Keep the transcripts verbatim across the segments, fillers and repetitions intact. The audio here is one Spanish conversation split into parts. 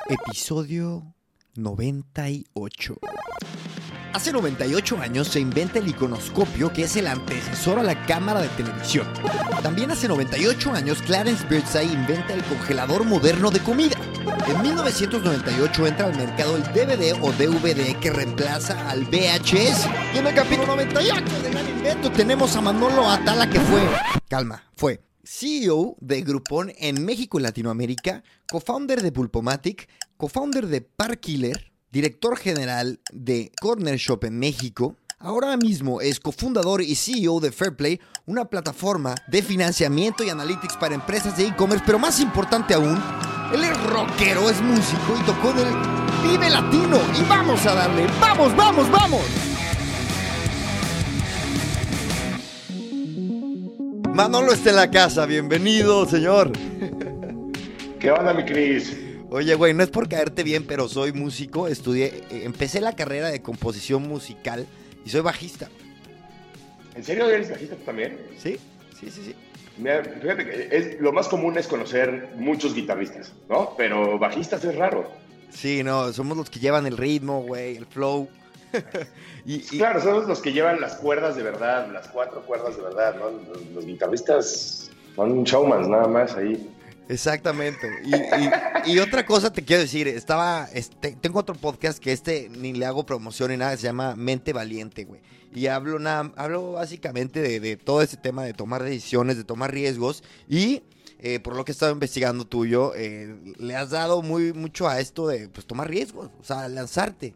Episodio noventa y ocho. Hace noventa y ocho años se inventa el iconoscopio, que es el antecesor a la cámara de televisión. También hace noventa y ocho años Clarence Birdseye inventa el congelador moderno de comida. En mil novecientos noventa y ocho entra al mercado el D V D o D V D que reemplaza al V H S. Y en el capítulo noventa y ocho de Gran Invento tenemos a Manolo Atala, que fue... Calma, fue... C E O de Groupon en México y Latinoamérica, co-founder de Pulpomatic, co-founder de Parkiller, director general de Corner Shop en México. Ahora mismo es cofundador y C E O de Fairplay, una plataforma de financiamiento y analytics para empresas de e-commerce, pero más importante aún, él es rockero, es músico y tocó en el Vive Latino. Y vamos a darle, ¡vamos, vamos, vamos! Manolo está en la casa, bienvenido, señor. ¿Qué onda, mi Cris? Oye, güey, no es por caerte bien, pero soy músico, estudié, eh, empecé la carrera de composición musical y soy bajista. ¿En serio eres bajista tú también? Sí, sí, sí, sí. Mira, fíjate que es, lo más común es conocer muchos guitarristas, ¿no? Pero bajistas es raro. Sí, no, somos los que llevan el ritmo, güey, el flow. y, y... Claro, somos los que llevan las cuerdas de verdad, las cuatro cuerdas de verdad, ¿no? Los, los guitarristas son showmans nada más ahí. Exactamente. Y, y, y otra cosa te quiero decir, estaba, este, tengo otro podcast que este ni le hago promoción ni nada, se llama Mente Valiente, güey. Y hablo, nada, hablo básicamente de, de todo ese tema de tomar decisiones, de tomar riesgos y... Eh, por lo que he estado investigando tuyo, eh, le has dado muy mucho a esto de pues tomar riesgos, o sea, lanzarte.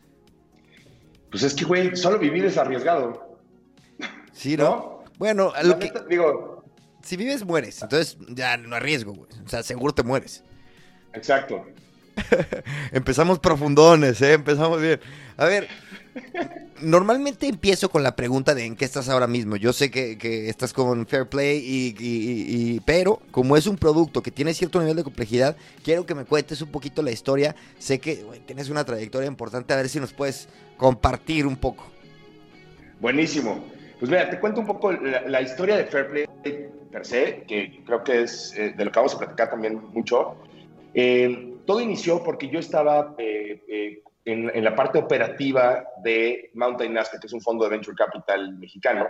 Pues es que, güey, solo vivir es arriesgado. Sí, ¿no? ¿No? Bueno, La lo neta, que... digo... Si vives, mueres. Entonces, ya no arriesgo, güey. O sea, seguro te mueres. Exacto. Empezamos profundones, ¿eh? Empezamos bien. A ver, normalmente empiezo con la pregunta de ¿en qué estás ahora mismo? Yo sé que, que estás con Fairplay, y, y, y, y, pero como es un producto que tiene cierto nivel de complejidad, quiero que me cuentes un poquito la historia. Sé que güey, tienes una trayectoria importante, a ver si nos puedes compartir un poco. Buenísimo. Pues mira, te cuento un poco la, la historia de Fairplay per se, que creo que es eh, de lo que vamos a platicar también mucho. Eh, todo inició porque yo estaba eh, eh, en, en la parte operativa de Mountain Nazca, que es un fondo de Venture Capital mexicano.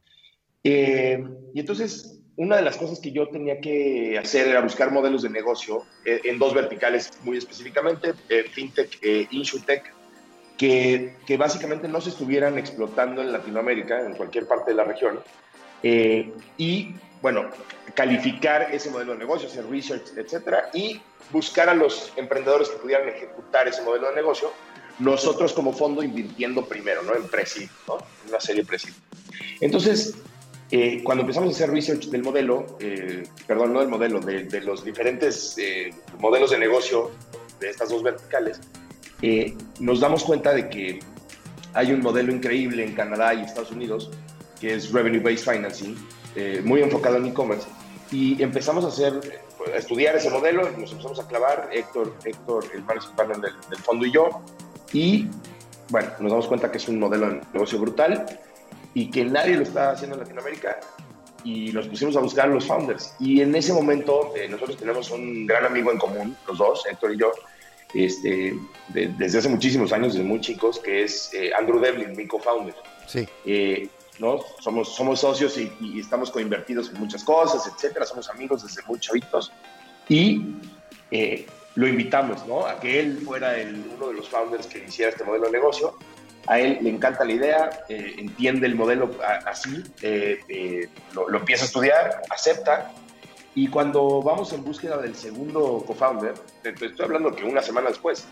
Eh, y entonces, una de las cosas que yo tenía que hacer era buscar modelos de negocio eh, en dos verticales muy específicamente, eh, FinTech e InsurTech, que, que básicamente no se estuvieran explotando en Latinoamérica, en cualquier parte de la región, eh, y, bueno, calificar ese modelo de negocio, hacer research, etcétera, y buscar a los emprendedores que pudieran ejecutar ese modelo de negocio, nosotros como fondo invirtiendo primero, ¿no? En pre-seed, ¿no? En una serie pre-seed. Entonces, eh, cuando empezamos a hacer research del modelo, eh, perdón, no del modelo, de, de los diferentes eh, modelos de negocio de estas dos verticales, eh, nos damos cuenta de que hay un modelo increíble en Canadá y Estados Unidos, que es Revenue Based Financing, eh, muy enfocado en e-commerce, y empezamos a hacer, a estudiar ese modelo, y nos empezamos a clavar, Héctor, Héctor el managing partner del, del fondo y yo, y bueno, nos damos cuenta que es un modelo de negocio brutal y que nadie lo está haciendo en Latinoamérica, y nos pusimos a buscar a los founders, y en ese momento eh, nosotros tenemos un gran amigo en común, los dos, Héctor y yo, este, de, desde hace muchísimos años, desde muy chicos, que es eh, Andrew Devlin, mi co-founder. Sí. Eh, ¿no? Somos, somos socios y, y estamos coinvertidos en muchas cosas, etcétera. Somos amigos desde muy chavitos. Y eh, lo invitamos, ¿no? A que él fuera el, uno de los founders que hiciera este modelo de negocio. A él le encanta la idea, eh, entiende el modelo a, así, eh, eh, lo, lo empieza a estudiar, acepta. Y cuando vamos en búsqueda del segundo co-founder, te, te estoy hablando que una semana después,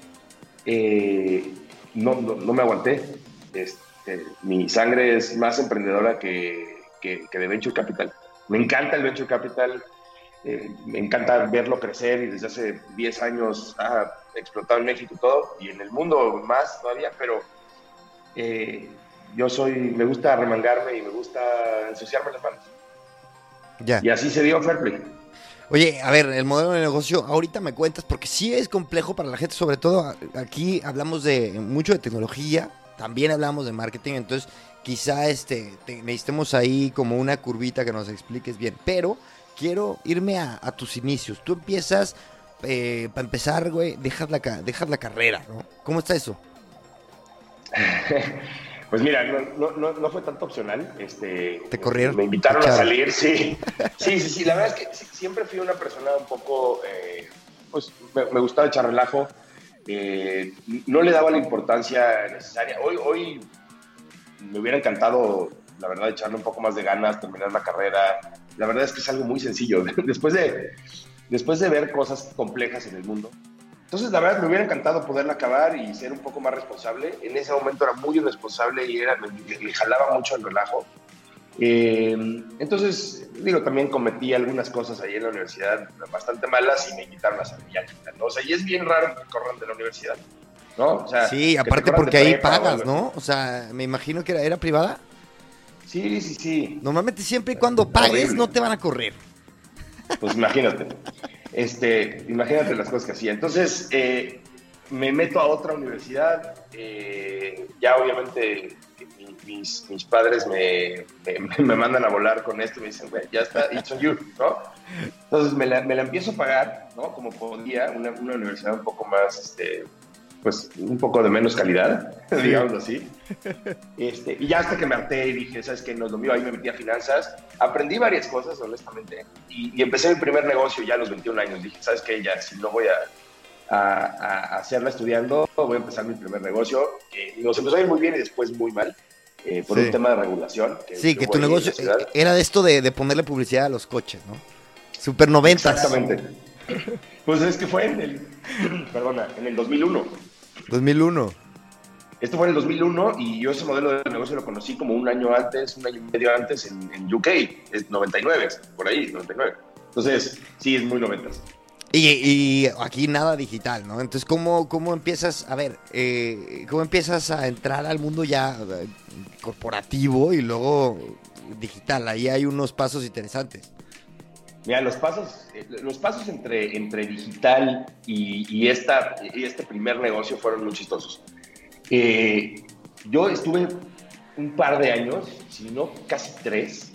eh, no, no, no me aguanté. Este, mi sangre es más emprendedora que, que, que de Venture Capital. Me encanta el Venture Capital, eh, me encanta verlo crecer, y desde hace diez años ha explotado en México y todo, y en el mundo más todavía, pero eh, yo soy, me gusta remangarme y me gusta ensuciarme las manos. Ya. Y así se dio Fairplay. Oye, a ver, el modelo de negocio, ahorita me cuentas, porque sí es complejo para la gente, sobre todo aquí hablamos de mucho de tecnología, también hablamos de marketing, entonces quizá este te, necesitemos ahí como una curvita que nos expliques bien, pero quiero irme a, a tus inicios. Tú empiezas eh, para empezar, güey, dejas la, dejas la carrera, ¿no? ¿Cómo está eso? Pues mira, no, no, no fue tanto opcional. Este, ¿Te corrieron? Me invitaron a salir, sí. Sí, sí, sí. La verdad es que siempre fui una persona un poco, eh, pues me, me gustaba echar relajo. Eh, no le daba la importancia necesaria. Hoy, hoy me hubiera encantado, la verdad, echarle un poco más de ganas, terminar la carrera. La verdad es que es algo muy sencillo. Después de, después de ver cosas complejas en el mundo. Entonces, la verdad, me hubiera encantado poderla acabar y ser un poco más responsable. En ese momento era muy irresponsable y era, me, me jalaba mucho el relajo. Eh, entonces, digo, también cometí algunas cosas ahí en la universidad bastante malas y me invitaron a salir, ¿no? O sea, y es bien raro que corran de la universidad, ¿no? O sea, sí, aparte porque ahí pagas, ¿no? O sea, me imagino que era, era privada. Sí, sí, sí. Normalmente siempre y cuando pagues horrible. No te van a correr. Pues imagínate. Este, imagínate las cosas que hacía. Entonces, eh, me meto a otra universidad. Eh, ya obviamente mi, mis, mis padres me, me, me mandan a volar con esto y me dicen, güey, ya está, it's on you, ¿no? Entonces me la, me la empiezo a pagar, ¿no? Como podía, una, una universidad un poco más, este, pues, un poco de menos calidad, sí. Digámoslo así. Este, y ya hasta que me harté y dije, ¿sabes qué? No es lo mío, ahí me metí a finanzas. Aprendí varias cosas, honestamente, y, y empecé mi primer negocio ya a los veintiún años. Dije, ¿sabes qué? Ya, si no voy a, a, a hacerla estudiando, voy a empezar mi primer negocio. Que nos empezó a ir muy bien y después muy mal, eh, por sí. un tema de regulación. Que sí, que tu negocio era de esto de, de ponerle publicidad a los coches, ¿no? Super noventas. Exactamente. Pues es que fue en el, perdona, en el dos mil uno. dos mil uno. Esto fue en el dos mil uno y yo ese modelo de negocio lo conocí como un año antes, un año y medio antes en, en U K, es noventa y nueve, por ahí, noventa y nueve. Entonces, sí, es muy noventas. Y, y aquí nada digital, ¿no? Entonces, ¿cómo, cómo empiezas, a ver, eh, cómo empiezas a entrar al mundo ya eh, corporativo y luego digital? Ahí hay unos pasos interesantes. Mira, los pasos, los pasos entre, entre digital y, y, esta, y este primer negocio fueron muy chistosos. Eh, yo estuve un par de años, si no casi tres,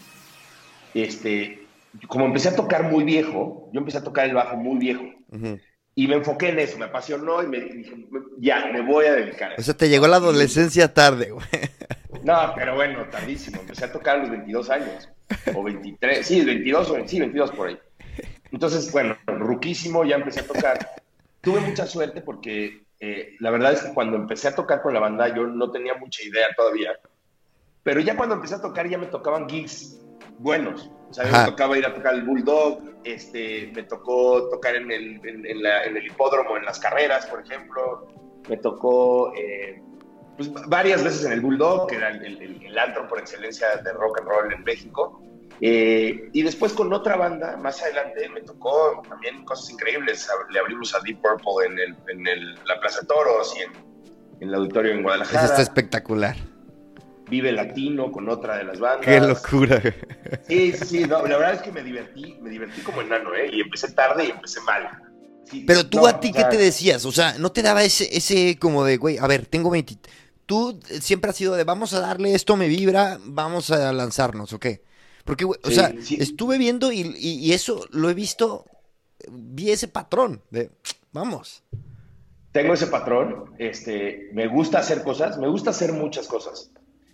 este, como empecé a tocar muy viejo, yo empecé a tocar el bajo muy viejo, uh-huh. y me enfoqué en eso, me apasionó y me dije, ya, me voy a dedicar a eso. O sea, te llegó la adolescencia tarde, güey. No, pero bueno, tardísimo, empecé a tocar a los veintidós años, o veintitrés, sí, veintidós, o sí, veintidós por ahí. Entonces, bueno, ruquísimo, ya empecé a tocar. Tuve mucha suerte porque eh, la verdad es que cuando empecé a tocar con la banda yo no tenía mucha idea todavía, pero ya cuando empecé a tocar ya me tocaban gigs buenos. O sea, me tocaba ir a tocar el Bulldog, este, me tocó tocar en el, en, en, la, en el hipódromo, en las carreras, por ejemplo. Me tocó eh, pues, varias veces en el Bulldog, que era el, el, el antro por excelencia de rock and roll en México. Eh, y después con otra banda, más adelante, me tocó también cosas increíbles. Le abrimos a Deep Purple en, el, en el, la Plaza de Toros y en, en el auditorio en Guadalajara. Eso está espectacular. Vive Latino con otra de las bandas. ¡Qué locura! Sí, sí, sí. No, la verdad es que me divertí, me divertí como enano, ¿eh? Y empecé tarde y empecé mal. Sí, pero tú no, a ti, o sea, ¿qué te decías? O sea, ¿no te daba ese, ese como de, güey, a ver, tengo veinte... Tú siempre has sido de, vamos a darle esto, me vibra, vamos a lanzarnos, ¿o qué? Porque, güey, sí, o sea, sí. estuve viendo y, y, y eso lo he visto, vi ese patrón de, vamos. Tengo ese patrón, este, me gusta hacer cosas, me gusta hacer muchas cosas.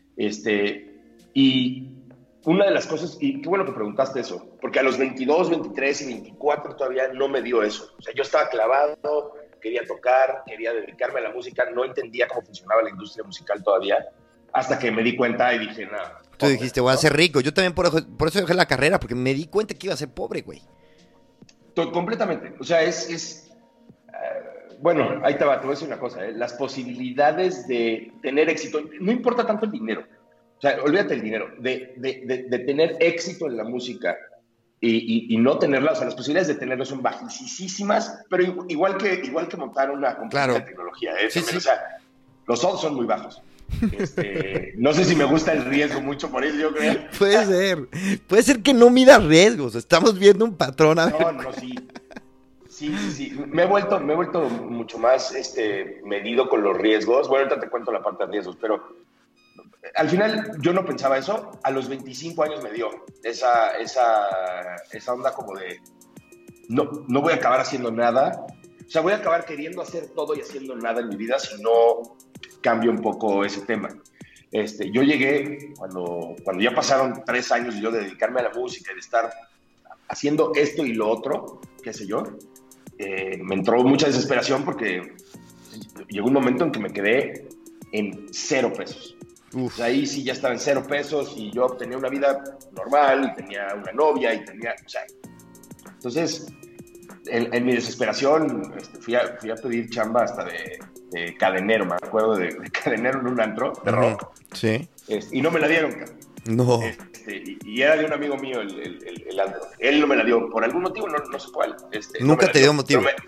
Este, y una de las cosas, y qué bueno que preguntaste eso, porque a los veintidós, veintitrés y veinticuatro todavía no me dio eso. O sea, yo estaba clavado, quería tocar, quería dedicarme a la música, no entendía cómo funcionaba la industria musical todavía, hasta que me di cuenta y dije, nada. Tú dijiste, voy a ser rico. Yo también por, por eso dejé la carrera, porque me di cuenta que iba a ser pobre, güey. Completamente. O sea, es... es uh, bueno, ahí te va, te voy a decir una cosa. ¿eh? Las posibilidades de tener éxito, no importa tanto el dinero. O sea, olvídate el dinero. De, de, de, de tener éxito en la música y, y, y no tenerla, o sea, las posibilidades de tenerlo son bajísimas, pero igual que, igual que montar una compañía claro. de tecnología. ¿eh? Sí, sí. O sea, los odds son muy bajos. Este, no sé si me gusta el riesgo mucho, por eso yo creo. Puede ser, puede ser que no midas riesgos. Estamos viendo un patrón. A ver. No, no, sí. Sí, sí, sí. Me he vuelto, me he vuelto mucho más este, medido con los riesgos. Bueno, ahorita te cuento la parte de riesgos, pero al final yo no pensaba eso. A los veinticinco años me dio esa, esa, esa onda como de, no, no voy a acabar haciendo nada. O sea, voy a acabar queriendo hacer todo y haciendo nada en mi vida si no cambio un poco ese tema. Este, yo llegué cuando, cuando ya pasaron tres años yo de dedicarme a la música y de estar haciendo esto y lo otro, qué sé yo, eh, me entró mucha desesperación porque llegó un momento en que me quedé en cero pesos. Uf. O sea, ahí sí ya estaba en cero pesos y yo tenía una vida normal, tenía una novia y tenía, o sea, entonces, en, en mi desesperación este, fui, a, fui a pedir chamba hasta de, de cadenero, me acuerdo de, de cadenero en un antro de rock. Sí. Este, y no me la dieron, cabrón. No. Este, y, y era de un amigo mío el, el, el, el antro. Él no me la dio, por algún motivo, no, no sé cuál. Este, ¿Nunca no te dio motivo? No me,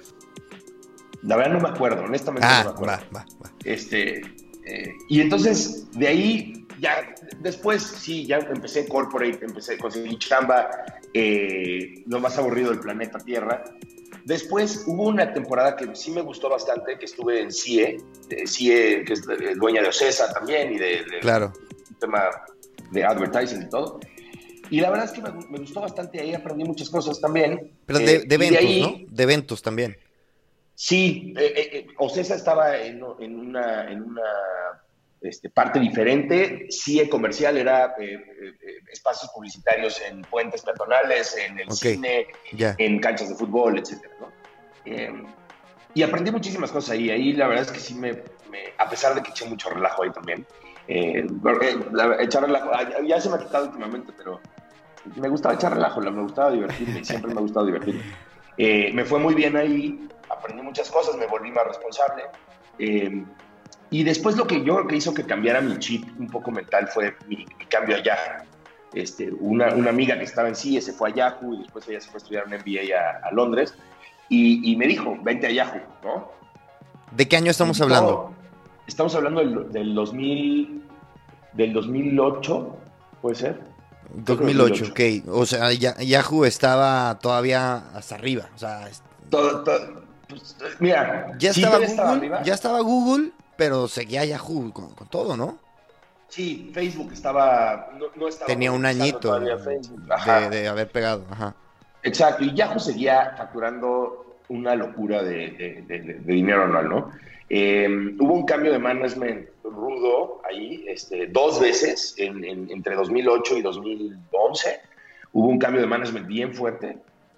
la verdad no me acuerdo, honestamente ah, no me acuerdo. Va, va, va. Este, eh, y entonces, de ahí, ya, después, sí, ya empecé en corporate, empecé a conseguir chamba, eh, lo más aburrido del planeta Tierra. Después hubo una temporada que sí me gustó bastante, que estuve en C I E, eh, C I E, que es dueña de Ocesa también, y de, de claro. un tema de advertising y todo. Y la verdad es que me, me gustó bastante, ahí aprendí muchas cosas también. Pero de, eh, de eventos, de ahí, ¿no? De eventos también. Sí, eh, eh, Ocesa estaba en, en una, en una este, parte diferente. C I E comercial era eh, eh, espacios publicitarios en puentes peatonales, en el okay. cine, yeah. en canchas de fútbol, etcétera, ¿no? Eh, y aprendí muchísimas cosas ahí. Ahí la verdad es que sí me, me a pesar de que eché mucho relajo ahí también. Eh, la, echar relajo, ya, ya se me ha quitado últimamente, pero me gustaba echar relajo, me gustaba divertirme y siempre me ha gustado divertirme. Eh, me fue muy bien ahí, aprendí muchas cosas, me volví más responsable. Eh, y después lo que yo creo que hizo que cambiara mi chip un poco mental fue mi, mi cambio a Yahoo. Este, una, una amiga que estaba en C I E se fue a Yahoo y después ella se fue a estudiar un M B A a, a Londres y, y me dijo, vente a Yahoo, ¿no? ¿De qué año estamos y, hablando? No, estamos hablando del, del, dos mil, del dos mil ocho, ¿puede ser? dos mil ocho, ok. O sea, Yahoo estaba todavía hasta arriba. O sea, todo, todo, pues, mira, ya estaba Google, estaba ya estaba Google, pero seguía Yahoo con, con todo, ¿no? Sí, Facebook estaba, no, no estaba tenía un añito de, de haber pegado, ajá. Exacto, y Yahoo seguía facturando una locura de, de, de, de, de dinero anual, ¿no? Eh, hubo un cambio de management rudo ahí, este, dos veces, en, en, entre dos mil ocho y dos mil once, hubo un cambio de management bien fuerte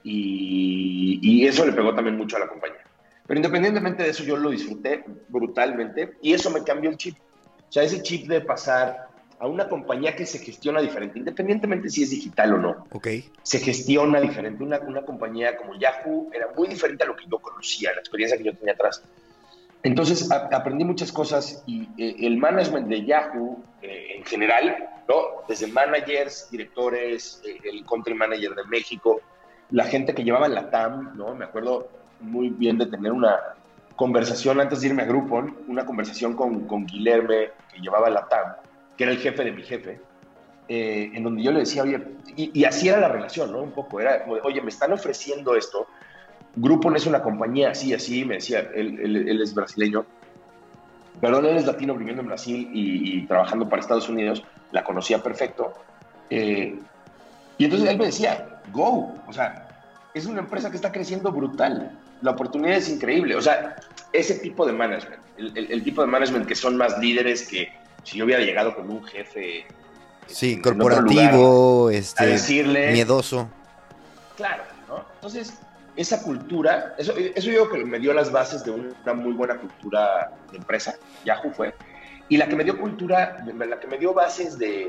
y, y eso le pegó también mucho a la compañía. Pero independientemente de eso, yo lo disfruté brutalmente y eso me cambió el chip. O sea, ese chip de pasar a una compañía que se gestiona diferente, independientemente si es digital o no. Okay. Se gestiona diferente. Una, una compañía como Yahoo era muy diferente a lo que yo conocía, la experiencia que yo tenía atrás. Entonces a, aprendí muchas cosas y eh, el management de Yahoo eh, en general, ¿no? Desde managers, directores, eh, el country manager de México, la gente que llevaba la T A M, ¿no? Me acuerdo muy bien de tener una conversación antes de irme a Groupon, una conversación con, con Guilherme, que llevaba la T A M, que era el jefe de mi jefe, eh, en donde yo le decía, oye, y, y así era la relación, ¿no? Un poco, era como de, oye, me están ofreciendo esto, Groupon es una compañía así, así, me decía, él, él, él es brasileño, perdón, él es latino viviendo en Brasil y, y trabajando para Estados Unidos, la conocía perfecto, eh, y entonces él me decía, go, o sea, es una empresa que está creciendo brutal, la oportunidad es increíble, o sea, ese tipo de management, el, el, el tipo de management que son más líderes que si yo hubiera llegado con un jefe, sí, en, corporativo, en este, a decirle, miedoso. Claro, ¿no? Entonces, esa cultura, eso, eso yo creo que me dio las bases de una muy buena cultura de empresa, Yahoo fue, y la que me dio cultura, la que me dio bases de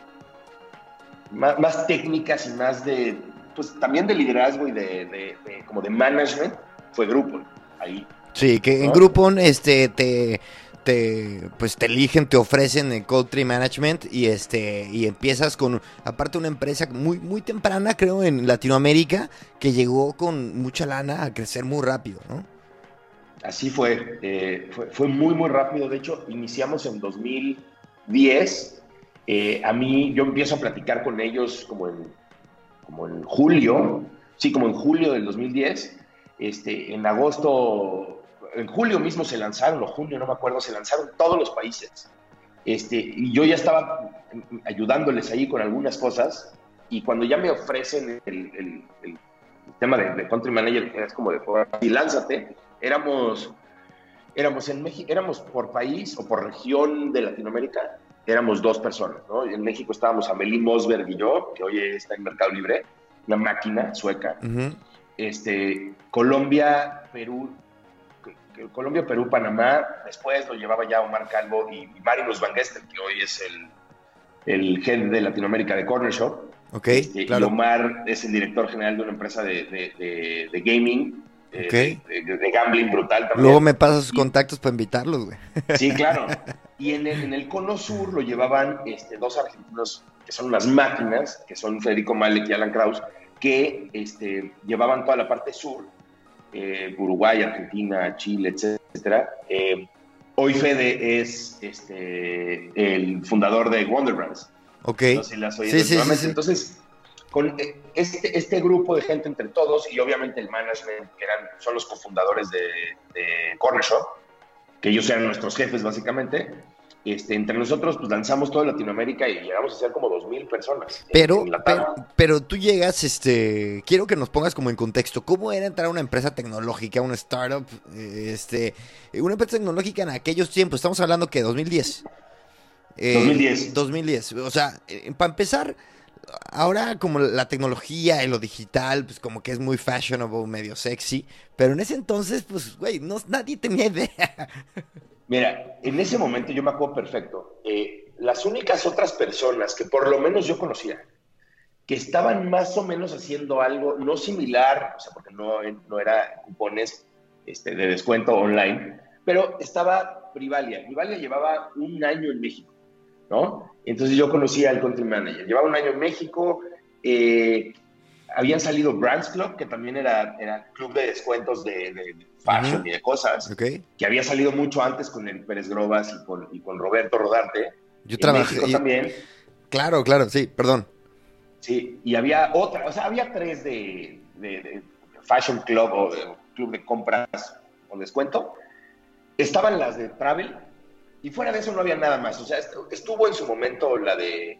más, más técnicas y más de, pues también de liderazgo y de, de, de como de management, fue Groupon, ahí. Sí, que ¿no? En Groupon, este, te... Te, pues te eligen, te ofrecen el country management y este y empiezas con, aparte una empresa muy muy temprana, creo, en Latinoamérica, que llegó con mucha lana a crecer muy rápido, ¿no? Así fue, eh, fue, fue muy muy rápido. De hecho, iniciamos en dos mil diez. Eh, a mí, yo empiezo a platicar con ellos como en, como en julio, sí, como en julio del dos mil diez. Este, en agosto... En julio mismo se lanzaron, o junio, no me acuerdo, se lanzaron todos los países. Este, y yo ya estaba ayudándoles ahí con algunas cosas, y cuando ya me ofrecen el, el, el, tema de, de country manager es como de, y lánzate, éramos, éramos en México, éramos por país o por región de Latinoamérica, éramos dos personas, ¿no? En México estábamos Amelie Mosberg y yo, que hoy está en Mercado Libre, una máquina sueca. Uh-huh. Este, Colombia, Perú, Colombia, Perú, Panamá, después lo llevaba ya Omar Calvo y, y Marinus Van Gestel, que hoy es el, el head de Latinoamérica de Corner Shop. Okay, este, claro. Y Omar es el director general de una empresa de, de, de, de gaming, okay. de, de, de gambling brutal también. Luego me pasas sus y, contactos para invitarlos, güey. Sí, claro. Y en el, en el Cono Sur lo llevaban este, dos argentinos que son unas máquinas, que son Federico Malek y Alan Kraus, que este, llevaban toda la parte sur, eh, Uruguay, Argentina, Chile, etcétera. Eh, hoy Fede es este, el fundador de Wonder Brands. Ok. No sé si las oí sí, sí, sí, sí. Entonces, con este, este grupo de gente entre todos y obviamente el management, que eran, son los cofundadores de, de Corner Shop, que ellos eran nuestros jefes básicamente, este, entre nosotros pues lanzamos toda Latinoamérica y llegamos a ser como dos mil personas. Pero, en, en pero, pero tú llegas, este, quiero que nos pongas como en contexto, ¿cómo era entrar a una empresa tecnológica, una startup, este, una empresa tecnológica en aquellos tiempos? Estamos hablando que dos mil diez. Eh, dos mil diez. dos mil diez. O sea, eh, para empezar, ahora como la tecnología y lo digital, pues como que es muy fashionable, medio sexy, pero en ese entonces, pues, güey, no, nadie tenía idea. Mira, en ese momento yo me acuerdo perfecto. Eh, las únicas otras personas que por lo menos yo conocía, que estaban más o menos haciendo algo no similar, o sea, porque no, no era cupones este, de descuento online, pero estaba Privalia. Privalia llevaba un año en México, ¿no? Entonces yo conocía al country manager. Llevaba un año en México, eh, habían salido Brands Club, que también era, era club de descuentos de, de fashion uh-huh. y de cosas, okay. que había salido mucho antes con el Pérez Grobas y con, y con Roberto Rodarte. Yo trabajé. México y... también. Claro, claro, sí, perdón. Sí, y había otra, o sea, había tres de, de, de Fashion Club o de club de compras con descuento. Estaban las de Travel, y fuera de eso no había nada más. O sea, estuvo en su momento la de...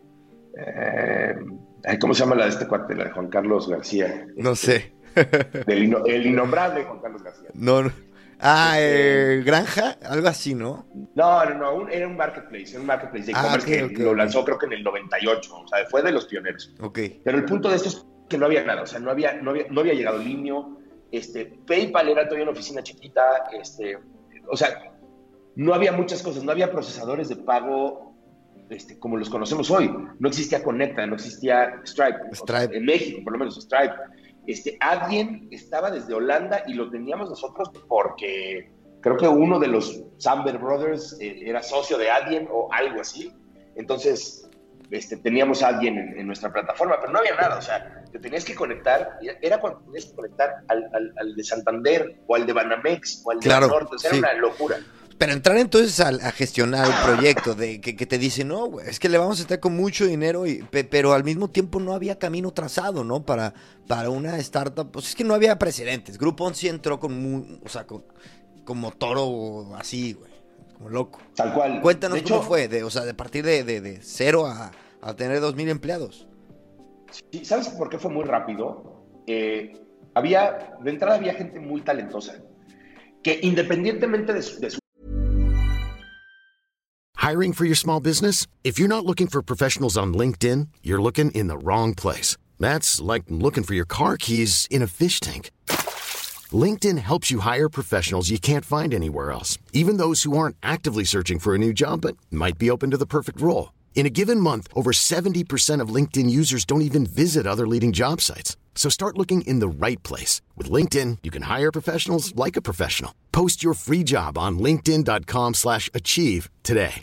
Eh, ¿Cómo se llama la de este cuate? La de Juan Carlos García. No sé. Del ino, el innombrable Juan Carlos García. No, no. Ah, este, eh, Granja, algo así, ¿no? No, no, no, un, era un marketplace, era un marketplace de e-commerce ah, okay, que okay, lo lanzó okay. creo que en el noventa y ocho, o sea, fue de los pioneros. Okay. Pero el punto de esto es que no había nada, o sea, no había, no había, no había llegado Linio, este, PayPal era todavía una oficina chiquita, este, o sea, no había muchas cosas, no había procesadores de pago este, como los conocemos hoy, no existía Conecta, no existía Stripe, Stripe. O sea, en México por lo menos Stripe. Este, Adyen estaba desde Holanda y lo teníamos nosotros porque creo que uno de los Samber Brothers eh, era socio de Adyen o algo así. Entonces, este, teníamos Adyen en, en nuestra plataforma, pero no había nada. O sea, te tenías que conectar, era cuando tenías que conectar al, al, al de Santander o al de Banamex o al de claro, Norte. O sea, sí. Era una locura. Pero entrar entonces a, a gestionar un proyecto de que, que te dice, no, güey, es que le vamos a estar con mucho dinero, y, pe, pero al mismo tiempo no había camino trazado, ¿no? Para, para una startup, pues es que no había precedentes. Groupon sí entró con, muy, o sea, con, como toro así, güey, como loco. Tal cual. Cuéntanos de cómo hecho, fue, de, o sea, de partir de, de, de cero a, a tener dos mil empleados. Sí, ¿sabes por qué fue muy rápido? Eh, había, de entrada había gente muy talentosa, que independientemente de su, de su Hiring for your small business? If you're not looking for professionals on LinkedIn, you're looking in the wrong place. That's like looking for your car keys in a fish tank. LinkedIn helps you hire professionals you can't find anywhere else, even those who aren't actively searching for a new job but might be open to the perfect role. In a given month, over seventy percent of LinkedIn users don't even visit other leading job sites. So start looking in the right place. With LinkedIn, you can hire professionals like a professional. Post your free job on linkedin.com slash achieve today.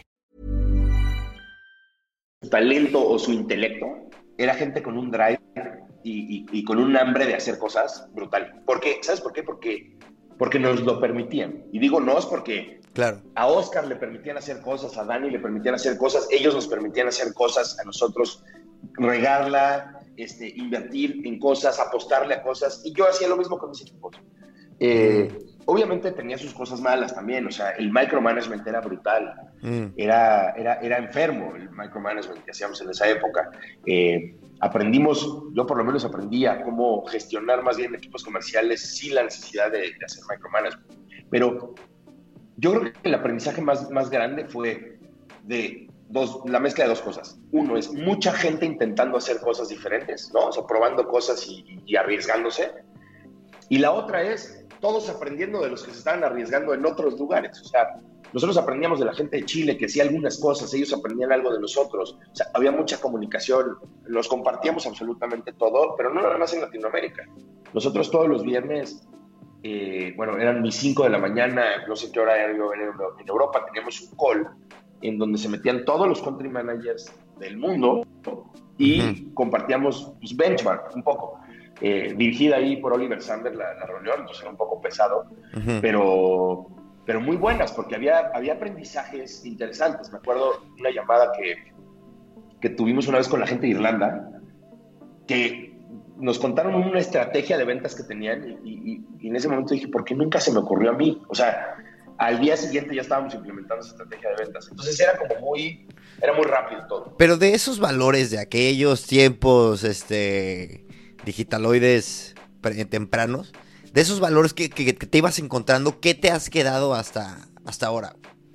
Su talento o su intelecto era gente con un drive y, y, y con un hambre de hacer cosas brutal. ¿Por qué? ¿Sabes por qué? Porque, porque nos lo permitían. Y digo nos porque claro. A Oscar le permitían hacer cosas, a Dani le permitían hacer cosas, ellos nos permitían hacer cosas, a nosotros regarla, este, invertir en cosas, apostarle a cosas. Y yo hacía lo mismo con mis equipos. Eh, obviamente tenía sus cosas malas también, o sea, el micromanagement era brutal, mm. era, era, era enfermo el micromanagement que hacíamos en esa época, eh, aprendimos, yo por lo menos aprendí a cómo gestionar más bien equipos comerciales sin la necesidad de, de hacer micromanagement. Pero yo creo que el aprendizaje más, más grande fue de dos, la mezcla de dos cosas. Uno es mucha gente intentando hacer cosas diferentes, ¿no? O sea, probando cosas y, y arriesgándose. Y la otra es todos aprendiendo de los que se estaban arriesgando en otros lugares. O sea, nosotros aprendíamos de la gente de Chile que hacía algunas cosas, ellos aprendían algo de nosotros. O sea, había mucha comunicación, nos compartíamos absolutamente todo, pero no nada más en Latinoamérica. Nosotros todos los viernes, eh, bueno, eran mis cinco de la mañana, no sé qué hora era yo en, en Europa, teníamos un call en donde se metían todos los country managers del mundo y uh-huh. compartíamos pues, benchmark un poco. Eh, dirigida ahí por Oliver Sander la, la reunión, entonces era un poco pesado, uh-huh. pero, pero muy buenas, porque había, había aprendizajes interesantes. Me acuerdo una llamada que, que tuvimos una vez con la gente de Irlanda, que nos contaron una estrategia de ventas que tenían y, y, y en ese momento dije, ¿por qué nunca se me ocurrió a mí? O sea, al día siguiente ya estábamos implementando esa estrategia de ventas. Entonces era como muy, era muy rápido todo. Pero de esos valores de aquellos tiempos, este... digitaloides tempranos, de esos valores que, que, que te ibas encontrando, ¿qué te has quedado hasta, hasta ahora?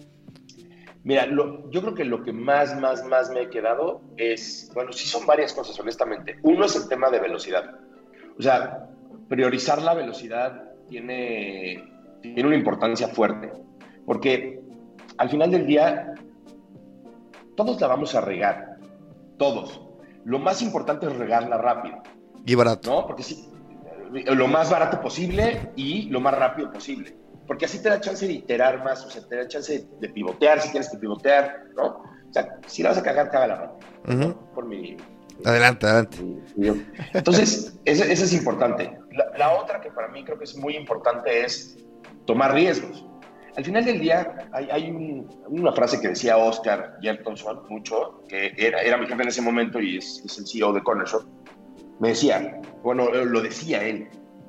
Mira, lo, yo creo que lo que más, más, más me he quedado es, bueno, sí son varias cosas, honestamente. Uno es el tema de velocidad. O sea, priorizar la velocidad tiene, tiene una importancia fuerte, porque al final del día, todos la vamos a regar, todos. Lo más importante es regarla rápido. Y barato. No, porque sí, lo más barato posible y lo más rápido posible. Porque así te da chance de iterar más, o sea, te da chance de, de pivotear si tienes que pivotear, ¿no? O sea, si la vas a cagar, cágala rápido. Uh-huh. ¿No? Por mi... Adelante, adelante. Mi, mi, entonces, eso, eso es importante. La, la otra que para mí creo que es muy importante es tomar riesgos. Al final del día, hay, hay un, una frase que decía Oscar Hjertansson mucho, que era, era mi jefe en ese momento y es, es el C E O de Cornershop. Me decía, bueno, lo decía él,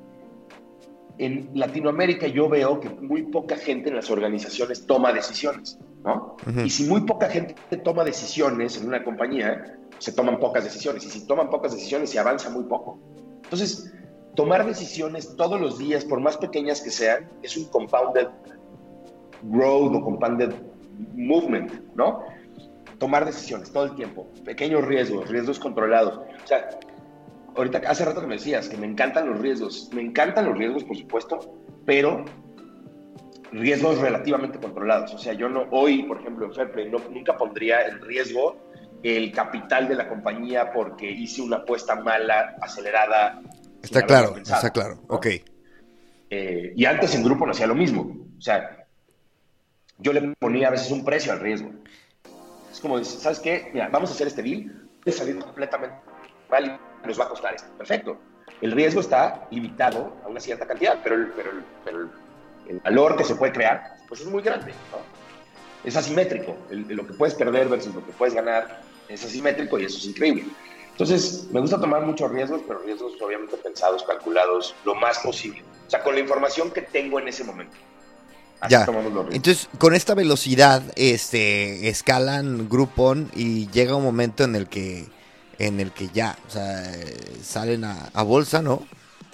en Latinoamérica yo veo que muy poca gente en las organizaciones toma decisiones, ¿no? Uh-huh. Y si muy poca gente toma decisiones en una compañía, se toman pocas decisiones, y si toman pocas decisiones se avanza muy poco. Entonces, tomar decisiones todos los días, por más pequeñas que sean, es un compounded growth o compounded movement, ¿no? Tomar decisiones todo el tiempo, pequeños riesgos, riesgos controlados. O sea, ahorita, hace rato que me decías que me encantan los riesgos. Me encantan los riesgos, por supuesto, pero riesgos relativamente controlados. O sea, yo no, hoy, por ejemplo, en Fairplay, no, nunca pondría en riesgo el capital de la compañía porque hice una apuesta mala, acelerada. Está claro, pensado, está claro, ¿no? Ok. Eh, y antes en Grupo no hacía lo mismo. O sea, yo le ponía a veces un precio al riesgo. Es como, ¿sabes qué? Mira, vamos a hacer este deal, puede salir completamente mal y nos va a costar esto. Perfecto. El riesgo está limitado a una cierta cantidad, pero el, pero el, pero el, el valor que se puede crear pues es muy grande, ¿no? Es asimétrico. El, el, lo que puedes perder versus lo que puedes ganar es asimétrico y eso es increíble. Entonces, me gusta tomar muchos riesgos, pero riesgos obviamente pensados, calculados, lo más posible. O sea, con la información que tengo en ese momento. Así ya. Tomamos los riesgos. Entonces, con esta velocidad, este, escalan Groupon y llega un momento en el que, en el que ya, o sea, salen a, a bolsa, ¿no?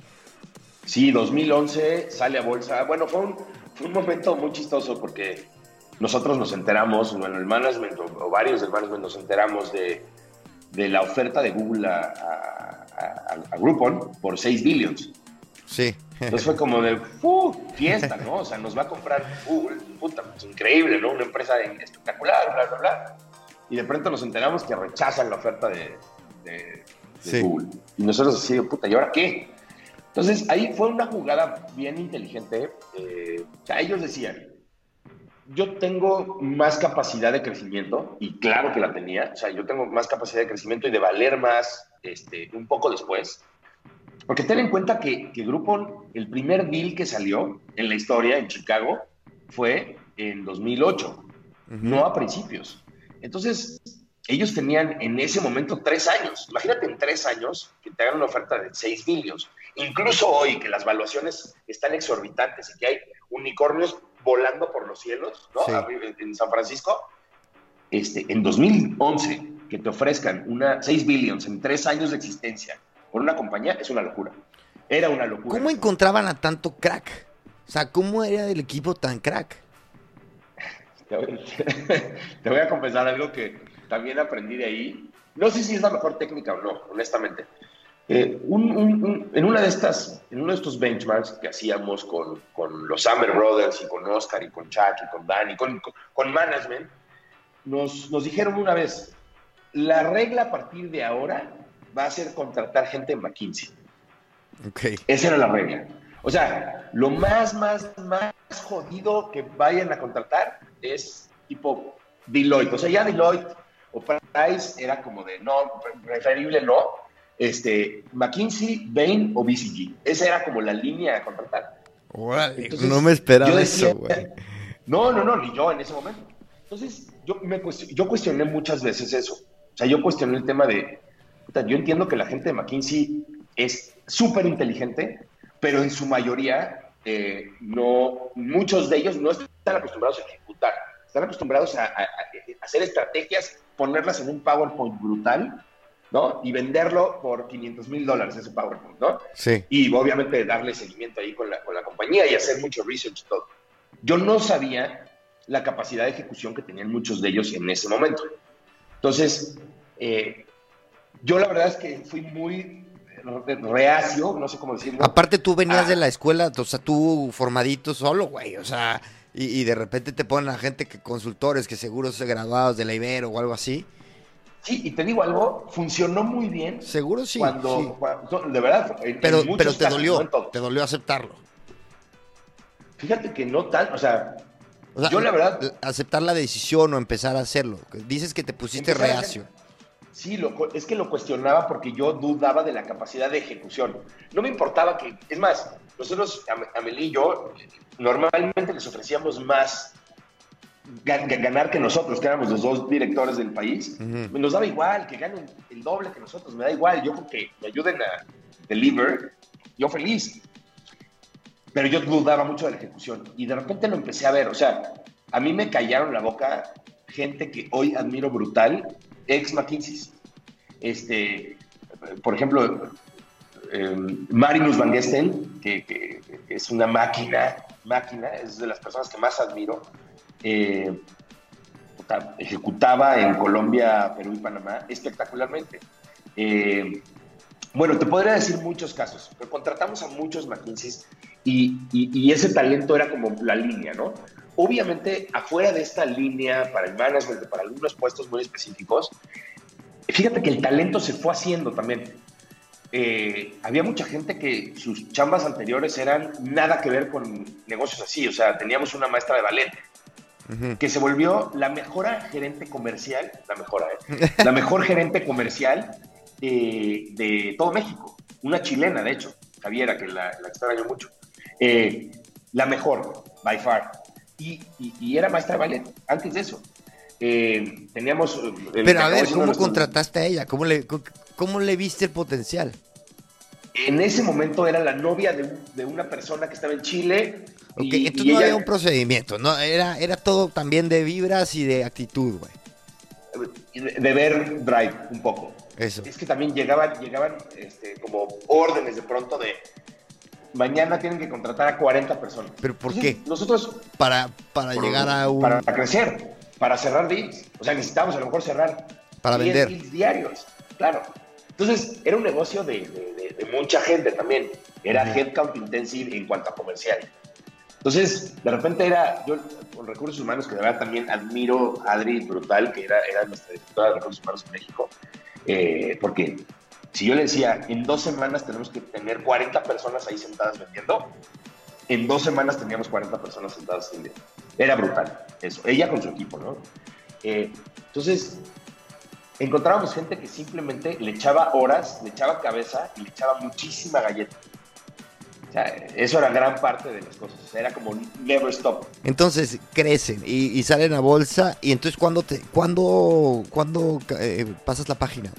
Sí, dos mil once sale a bolsa. Bueno, fue un, fue un momento muy chistoso porque nosotros nos enteramos, bueno, el management o, o varios del management nos enteramos de, de la oferta de Google a, a, a, a Groupon por seis billions. Sí. Entonces fue como de, ¡uh! Fiesta, ¿no? O sea, nos va a comprar Google, puta, pues increíble, ¿no? Una empresa espectacular, bla, bla, bla. Y de pronto nos enteramos que rechazan la oferta de, de, de sí. Google. Y nosotros así, puta, ¿y ahora qué? Entonces ahí fue una jugada bien inteligente. Eh, o sea, ellos decían, yo tengo más capacidad de crecimiento, y claro que la tenía, o sea, yo tengo más capacidad de crecimiento y de valer más este, un poco después. Porque ten en cuenta que, que Groupon, el primer deal que salió en la historia en Chicago fue en dos mil ocho, uh-huh. no a principios. Entonces, ellos tenían en ese momento tres años. Imagínate en tres años que te hagan una oferta de seis billions. Incluso hoy, que las valuaciones están exorbitantes y que hay unicornios volando por los cielos, ¿no? Sí. En San Francisco. Este, en dos mil once, que te ofrezcan una seis billions en tres años de existencia por una compañía es una locura. Era una locura. ¿Cómo encontraban a tanto crack? O sea, ¿cómo era el equipo tan crack? Te voy, te voy a confesar algo que también aprendí de ahí. No sé si es la mejor técnica o no, honestamente. Eh, un, un, un, en una de estas, en uno de estos benchmarks que hacíamos con, con los Summer Brothers y con Oscar y con Chuck y con Danny, con, con, con management, nos, nos dijeron una vez, la regla a partir de ahora va a ser contratar gente en McKinsey. Okay. Esa era la regla. O sea, lo más, más, más jodido que vayan a contratar es tipo Deloitte. O sea, ya Deloitte o Price era como de no, preferible no. Este, McKinsey, Bain o B C G. Esa era como la línea a contratar. Órale, Entonces, no me esperaba decía, eso, güey. No, no, no, ni yo en ese momento. Entonces, yo, me cuestioné, yo cuestioné muchas veces eso. O sea, yo cuestioné el tema de, yo entiendo que la gente de McKinsey es súper inteligente, pero en su mayoría, eh, no, muchos de ellos no están acostumbrados a ejecutar. Están acostumbrados a, a, a hacer estrategias, ponerlas en un PowerPoint brutal, ¿no? Y venderlo por quinientos mil dólares ese PowerPoint, ¿no? Sí. Y obviamente darle seguimiento ahí con la, con la compañía y hacer mucho research y todo. Yo no sabía la capacidad de ejecución que tenían muchos de ellos en ese momento. Entonces, eh, yo la verdad es que fui muy reacio, no sé cómo decirlo. Aparte tú venías ah, de la escuela, o sea, tú formadito solo, güey, o sea, y, y de repente te ponen a gente que consultores que seguro se graduados de la Ibero o algo así. Sí, y te digo algo, funcionó muy bien. Seguro sí. Cuando, sí. cuando de verdad, en, pero, en muchos pero te casos, dolió, no en todo. te dolió aceptarlo. Fíjate que no tan, o sea, o sea, yo la verdad... Aceptar la decisión o empezar a hacerlo. Dices que te pusiste reacio. Sí, lo, es que lo cuestionaba porque yo dudaba de la capacidad de ejecución. No me importaba que... Es más, nosotros, Amelie y yo, normalmente les ofrecíamos más ganar que nosotros, que éramos los dos directores del país. Uh-huh. Nos daba igual, que ganen el doble que nosotros, me da igual. Yo creo que me ayuden a deliver, yo feliz. Pero yo dudaba mucho de la ejecución. Y de repente lo empecé a ver. O sea, a mí me callaron la boca gente que hoy admiro brutal, ex McKinsey. Este, por ejemplo, eh, Marinus Van Gesten, que, que, que es una máquina, máquina, es de las personas que más admiro. Eh, ejecutaba en Colombia, Perú y Panamá espectacularmente. Eh, bueno, te podría decir muchos casos, pero contratamos a muchos McKinsey y, y, y ese talento era como la línea, ¿no? Obviamente, afuera de esta línea para el management, para algunos puestos muy específicos, fíjate que el talento se fue haciendo también. Eh, había mucha gente que sus chambas anteriores eran nada que ver con negocios así. O sea, teníamos una maestra de ballet uh-huh. que se volvió la mejor gerente comercial, la mejor, ¿eh? la mejor gerente comercial de, de todo México. Una chilena, de hecho, Javiera, que la, la extraño mucho. Eh, la mejor, by far. Y, y, y era maestra de ballet antes de eso. Eh, teníamos... Pero a ver, ¿cómo nuestro... contrataste a ella? ¿Cómo le, ¿Cómo le viste el potencial? En ese momento era la novia de, un, de una persona que estaba en Chile. Ok, y, entonces y no ella... había un procedimiento, ¿no? Era, era todo también de vibras y de actitud, güey. De, de ver drive, un poco. Eso. Es que también llegaban, llegaban este, como órdenes de pronto de... Mañana tienen que contratar a cuarenta personas. ¿Pero por Entonces, qué? Nosotros... Para, para por, llegar a un... Para crecer, para cerrar deals. O sea, necesitamos a lo mejor cerrar... Para vender. deals diarios, claro. Entonces, era un negocio de, de, de, de mucha gente también. Era uh-huh. headcount intensive en cuanto a comercial. Entonces, de repente era... Yo, con recursos humanos, que de verdad también admiro a Adri Brutal, que era, era nuestra directora de recursos humanos en México, eh, porque... Si yo le decía, en dos semanas tenemos que tener cuarenta personas ahí sentadas vendiendo, en dos semanas teníamos cuarenta personas sentadas vendiendo. Era brutal eso. Ella con su equipo, ¿no? Eh, entonces, encontrábamos gente que simplemente le echaba horas, le echaba cabeza y le echaba muchísima galleta. O sea, eso era gran parte de las cosas. O sea, era como never stop. Entonces, crecen y, y salen a bolsa. Y entonces, ¿cuándo, te, cuándo, cuándo eh, pasas la página?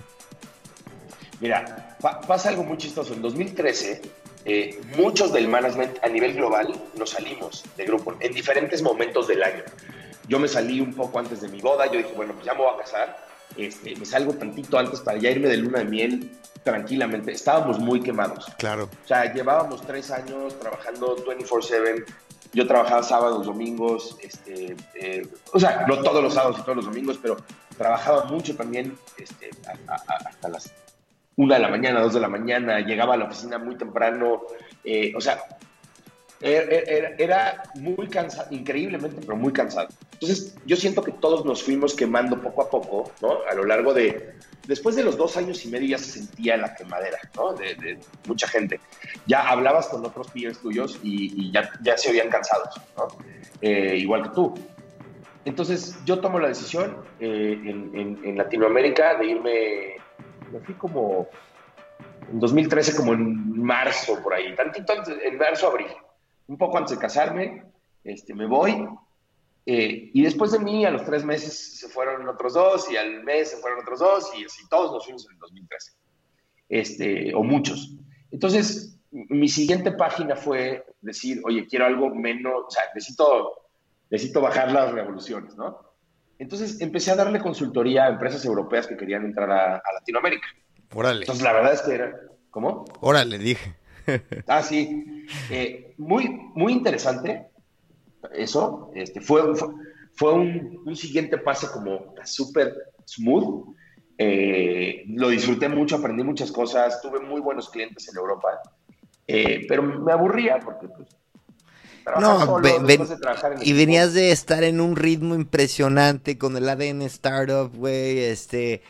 Mira, pa- pasa algo muy chistoso. En dos mil trece, eh, muchos del management a nivel global nos salimos de grupo en diferentes momentos del año. Yo me salí un poco antes de mi boda. Yo dije, bueno, pues ya me voy a casar. este, me salgo tantito antes para ya irme de luna de miel tranquilamente. Estábamos muy quemados. Claro. O sea, llevábamos tres años trabajando veinticuatro siete. Yo trabajaba sábados, domingos, este, eh, o sea, no todos los sábados y todos los domingos, pero trabajaba mucho también este, a, a, hasta las una de la mañana, dos de la mañana. Llegaba a la oficina muy temprano. Eh, o sea, era, era muy cansado, increíblemente, pero muy cansado. Entonces, yo siento que todos nos fuimos quemando poco a poco, ¿no? A lo largo de... Después de los dos años y medio ya se sentía la quemadera, ¿no? De, de mucha gente. Ya hablabas con otros peers tuyos y, y ya, ya se oían cansados, ¿no? Eh, igual que tú. Entonces, yo tomo la decisión eh, en, en, en Latinoamérica de irme... Me fui como... En dos mil trece, como en marzo, por ahí. Tantito antes, en marzo, abril. Un poco antes de casarme, este, me voy. Eh, y después de mí, a los tres meses se fueron otros dos, y al mes se fueron otros dos, y así todos nos fuimos en el dos mil trece. Este, o muchos. Entonces, mi siguiente página fue decir, oye, quiero algo menos, o sea, necesito, necesito bajar las revoluciones, ¿no? Entonces, empecé a darle consultoría a empresas europeas que querían entrar a, a Latinoamérica. Órale. Entonces, la verdad es que era... ¿Cómo? Órale, dije. Ah, sí. Eh, muy, muy interesante eso. Este, fue fue, fue un, un siguiente paso como súper smooth. Eh, lo disfruté mucho, aprendí muchas cosas, tuve muy buenos clientes en Europa. Eh, pero me aburría porque, pues, no, solo, ven, ven, de trabajar en y equipo. Venías de estar en un ritmo impresionante con el A D N Startup, güey, este...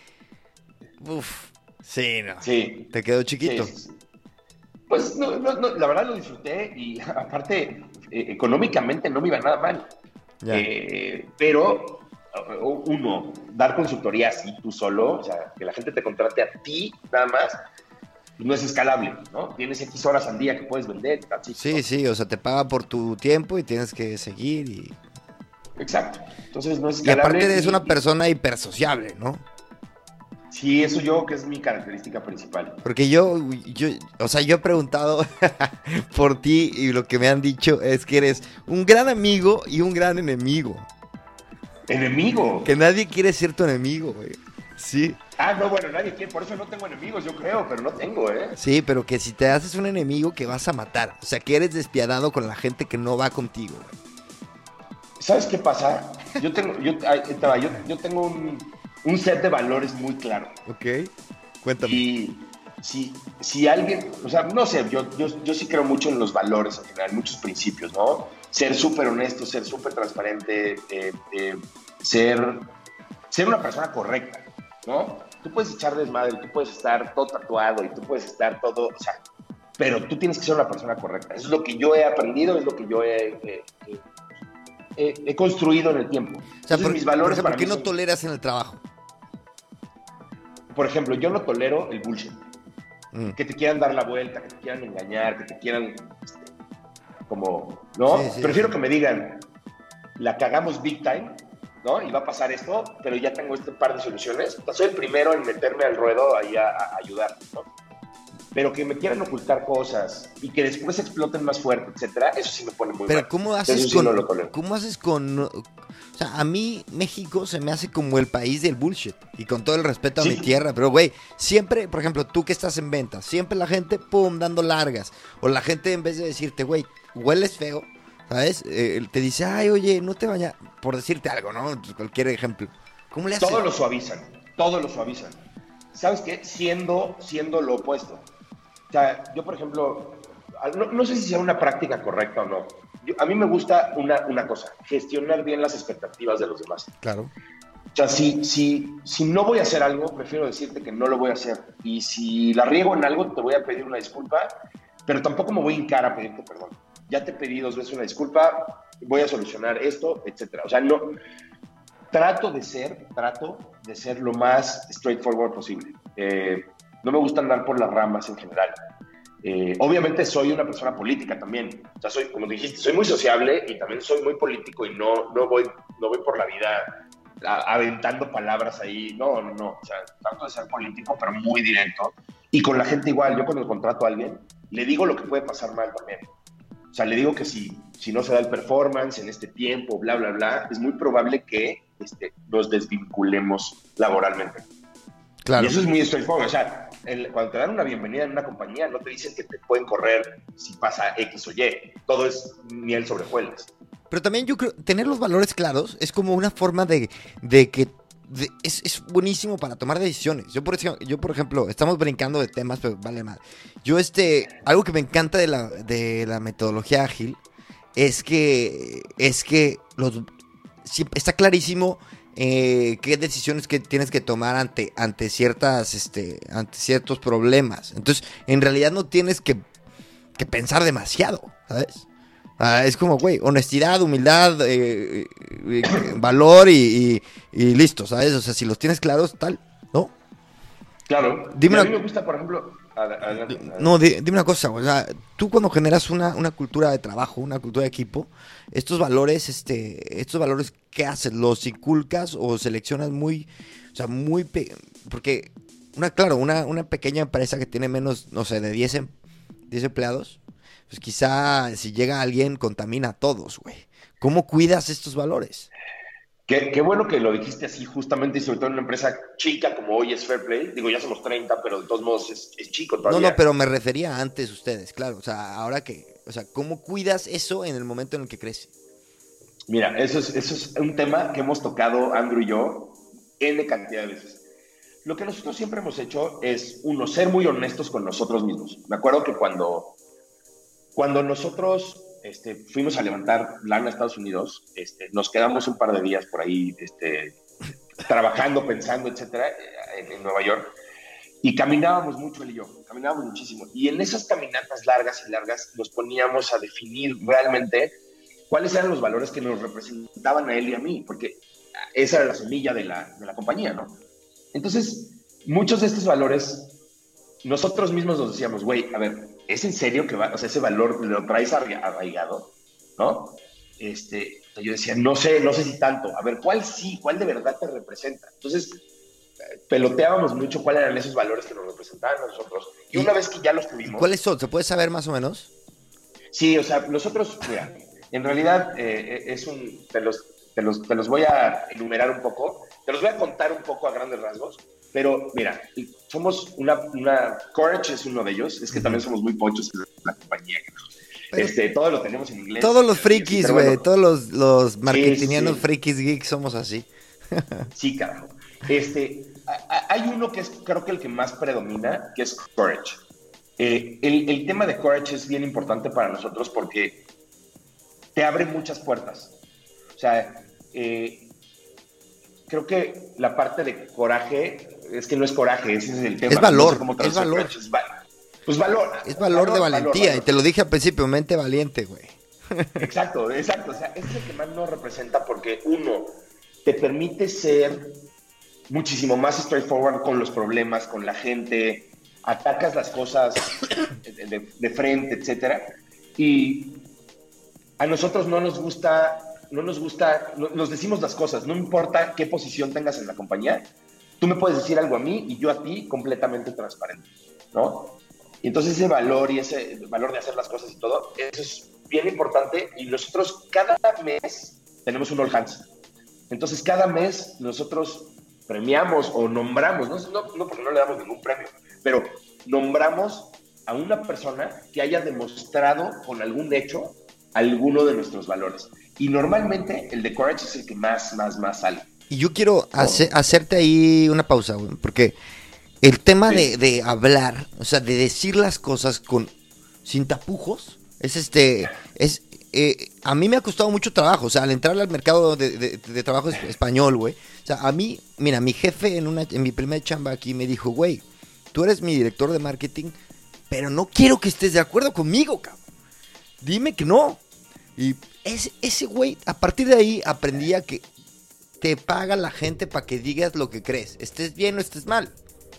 Uf, sí, no. Sí. Te quedó chiquito. Sí, sí. Pues, no, no, no, la verdad lo disfruté y aparte, eh, económicamente no me iba nada mal. Eh, pero, uno, dar consultoría así tú solo, o sea, que la gente te contrate a ti nada más, no es escalable, ¿no? Tienes X horas al día que puedes vender. Así, sí, ¿no? sí, o sea, te paga por tu tiempo y tienes que seguir y... Exacto. Entonces no es escalable. Y aparte eres y, una persona hipersociable, ¿no? Sí, eso yo que es mi característica principal. Porque yo, yo, o sea, yo he preguntado por ti y lo que me han dicho es que eres un gran amigo y un gran enemigo. ¿Enemigo? Que nadie quiere ser tu enemigo, güey. Sí. Ah, no, bueno, nadie quiere, por eso no tengo enemigos, yo creo, pero no tengo, ¿eh? Sí, pero que si te haces un enemigo que vas a matar. O sea, que eres despiadado con la gente que no va contigo, güey. ¿Sabes qué pasa? Yo tengo, yo, yo, yo tengo un... un set de valores muy claro. Ok, cuéntame. Y si, si alguien, o sea, no sé, yo, yo, yo sí creo mucho en los valores en general, muchos principios, ¿no? Ser súper honesto, ser súper transparente, eh, eh, ser, ser una persona correcta, ¿no? Tú puedes echar desmadre, tú puedes estar todo tatuado y tú puedes estar todo, o sea, pero tú tienes que ser una persona correcta. Eso es lo que yo he aprendido, es lo que yo he... Eh, eh, He, he construido en el tiempo. O sea, por, mis valores por ejemplo, para ¿qué mí no son... toleras en el trabajo? Por ejemplo, yo no tolero el bullshit. Mm. Que te quieran dar la vuelta, que te quieran engañar, que te quieran... Este, como, ¿no? Sí, sí, Prefiero sí. que me digan, la cagamos big time, ¿no? Y va a pasar esto, pero ya tengo este par de soluciones. O sea, soy el primero en meterme al ruedo ahí a, a ayudar, ¿no? Pero que me quieran ocultar cosas y que después exploten más fuerte, etcétera, eso sí me pone muy mal. Pero ¿cómo haces sí con, no lo tolero. ¿cómo haces con, o sea, a mí México se me hace como el país del bullshit y con todo el respeto a Sí. mi tierra, pero güey, siempre, por ejemplo, tú que estás en ventas, siempre la gente, pum, dando largas, o la gente en vez de decirte, güey, hueles feo, ¿sabes? Eh, te dice, ay, oye, no te vaya, por decirte algo, ¿no? Cualquier ejemplo. ¿Cómo le haces? Todo lo suavizan, todo lo suavizan. ¿Sabes qué? Siendo, siendo lo opuesto. O sea, yo, por ejemplo, no, no sé si sea una práctica correcta o no. Yo, a mí me gusta una, una cosa, gestionar bien las expectativas de los demás. Claro. O sea, si, si, si no voy a hacer algo, prefiero decirte que no lo voy a hacer. Y si la riego en algo, te voy a pedir una disculpa, pero tampoco me voy a hincar a pedirte perdón. Ya te pedí dos veces una disculpa, voy a solucionar esto, etcétera. O sea, no... Trato de ser, trato de ser lo más straightforward posible. Eh, no me gusta andar por las ramas en general. Eh, obviamente soy una persona política también. O sea, soy, como dijiste, soy muy sociable y también soy muy político y no, no, voy, no voy por la vida a, aventando palabras ahí. No, no, no. O sea, trato de ser político, pero muy directo. Y con la gente igual. Yo cuando contrato a alguien, le digo lo que puede pasar mal también. O sea, le digo que si, si no se da el performance en este tiempo, bla, bla, bla, es muy probable que este, nos desvinculemos laboralmente. Claro. Y eso es muy straightforward. O sea, el, cuando te dan una bienvenida en una compañía, no te dicen que te pueden correr si pasa X o Y. Todo es miel sobre hojuelas. Pero también yo creo, tener los valores claros es como una forma de, de que de, es, es buenísimo para tomar decisiones. Yo por, ejemplo, yo, por ejemplo, estamos brincando de temas, pero vale más. Yo, este, algo que me encanta de la, de la metodología ágil es que, es que los, está clarísimo eh, qué decisiones que tienes que tomar ante, ante, ciertas, este, ante ciertos problemas. Entonces, en realidad no tienes que, que pensar demasiado, ¿sabes? Uh, es como, güey, honestidad, humildad, eh, eh, valor y, y, y listo, ¿sabes? O sea, si los tienes claros, tal, ¿no? Claro. Dime a una... mí me gusta, por ejemplo... Adelante, adelante. No, di, dime una cosa, o sea, tú cuando generas una, una cultura de trabajo, una cultura de equipo, estos valores, este, estos valores, ¿qué haces? ¿Los inculcas o seleccionas muy, o sea, muy... Pe... Porque, una, claro, una, una pequeña empresa que tiene menos, no sé, de diez empleados... Pues quizá si llega alguien contamina a todos, güey. ¿Cómo cuidas estos valores? Qué, qué bueno que lo dijiste así justamente y sobre todo en una empresa chica como hoy es Fairplay. Digo, ya somos treinta, pero de todos modos es, es chico todavía. No, no, pero me refería a antes ustedes, claro. O sea, ahora que, o sea, ¿cómo cuidas eso en el momento en el que crece? Mira, eso es, eso es un tema que hemos tocado Andrew y yo N cantidad de veces. Lo que nosotros siempre hemos hecho es, uno, ser muy honestos con nosotros mismos. Me acuerdo que cuando... Cuando nosotros este, fuimos a levantar lana a Estados Unidos, este, nos quedamos un par de días por ahí este, trabajando, pensando, etcétera, en, en Nueva York, y caminábamos mucho él y yo, caminábamos muchísimo. Y en esas caminatas largas y largas nos poníamos a definir realmente cuáles eran los valores que nos representaban a él y a mí, porque esa era la semilla de la, de la compañía, ¿no? Entonces, muchos de estos valores, nosotros mismos nos decíamos, güey, a ver, ¿es en serio que va, o sea, ese valor lo traes arraigado, ¿no? Este, yo decía, no sé, no sé si tanto. A ver, ¿cuál sí? ¿Cuál de verdad te representa? Entonces, peloteábamos mucho cuáles eran esos valores que nos representaban a nosotros. Y, y una vez que ya los tuvimos... ¿Cuáles son? ¿Se puede saber más o menos? Sí, o sea, nosotros, mira, en realidad eh, es un... Te los, te, los, te los voy a enumerar un poco, te los voy a contar un poco a grandes rasgos. Pero mira, somos una, una, Courage es uno de ellos, es que uh-huh. también somos muy pochos en la compañía. Este, todo lo tenemos en inglés. Todos los frikis, güey, bueno, todos los, los marketingianos sí, sí. frikis geeks somos así. Sí, carajo. Este, hay uno que es, creo que el que más predomina, que es Courage. Eh, el, el tema de Courage es bien importante para nosotros porque te abre muchas puertas. O sea, eh, creo que la parte de coraje, es que no es coraje, ese es el tema. Es valor, no sé cómo es valor. Es va- pues valor. Es valor, valor de valentía, valor, valor. Y te lo dije al principio, mente valiente, güey. Exacto, exacto. O sea, ese es el que más nos representa porque, uno, te permite ser muchísimo más straightforward con los problemas, con la gente, atacas las cosas de, de, de frente, etcétera. Y a nosotros no nos gusta... No nos gusta, no, nos decimos las cosas, no importa qué posición tengas en la compañía, tú me puedes decir algo a mí y yo a ti completamente transparente, ¿no? Y entonces ese valor y ese valor de hacer las cosas y todo, eso es bien importante y nosotros cada mes tenemos un All Hands. Entonces cada mes nosotros premiamos o nombramos, no, no, no porque no le damos ningún premio, pero nombramos a una persona que haya demostrado con algún hecho alguno de nuestros valores. Y normalmente el de Courage es el que más, más, más sale. Y yo quiero hacer, hacerte ahí una pausa, güey, porque el tema sí. de, de hablar, o sea, de decir las cosas con sin tapujos, es este, es, eh, a mí me ha costado mucho trabajo, o sea, al entrar al mercado de, de, de trabajo español, güey, o sea, a mí, mira, mi jefe en, una, en mi primer chamba aquí me dijo, güey, tú eres mi director de marketing, pero no quiero que estés de acuerdo conmigo, cabrón, dime que no. Y ese, ese güey, a partir de ahí aprendí a que te paga la gente para que digas lo que crees, estés bien o estés mal.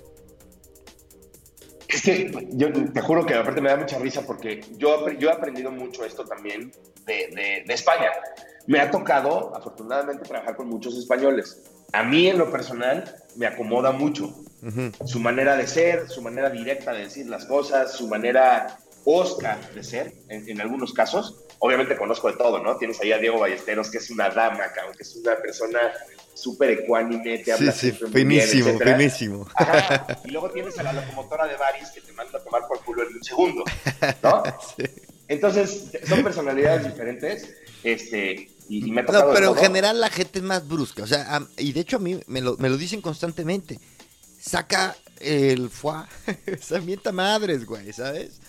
Es que yo te juro que aparte me da mucha risa porque yo, yo he aprendido mucho esto también de, de, de España. Me ha tocado, afortunadamente, trabajar con muchos españoles. A mí, en lo personal, me acomoda mucho. Uh-huh. Su manera de ser, su manera directa de decir las cosas, su manera Oscar de ser, en, en algunos casos. Obviamente conozco de todo, ¿no? Tienes ahí a Diego Ballesteros, que es una dama, cabrón, que es una persona súper ecuánime, te habla sí, sí, siempre muy finísimo, bien, etcétera. finísimo. Ajá. Y luego tienes a la locomotora de Baris, que te manda a tomar por culo en un segundo, ¿no? Sí. Entonces, son personalidades diferentes, este, y, y me ha tocado No, pero de en todo. general la gente es más brusca, o sea, a, y de hecho a mí me lo, me lo dicen constantemente. Saca el foie, se mienta madres, güey, ¿sabes?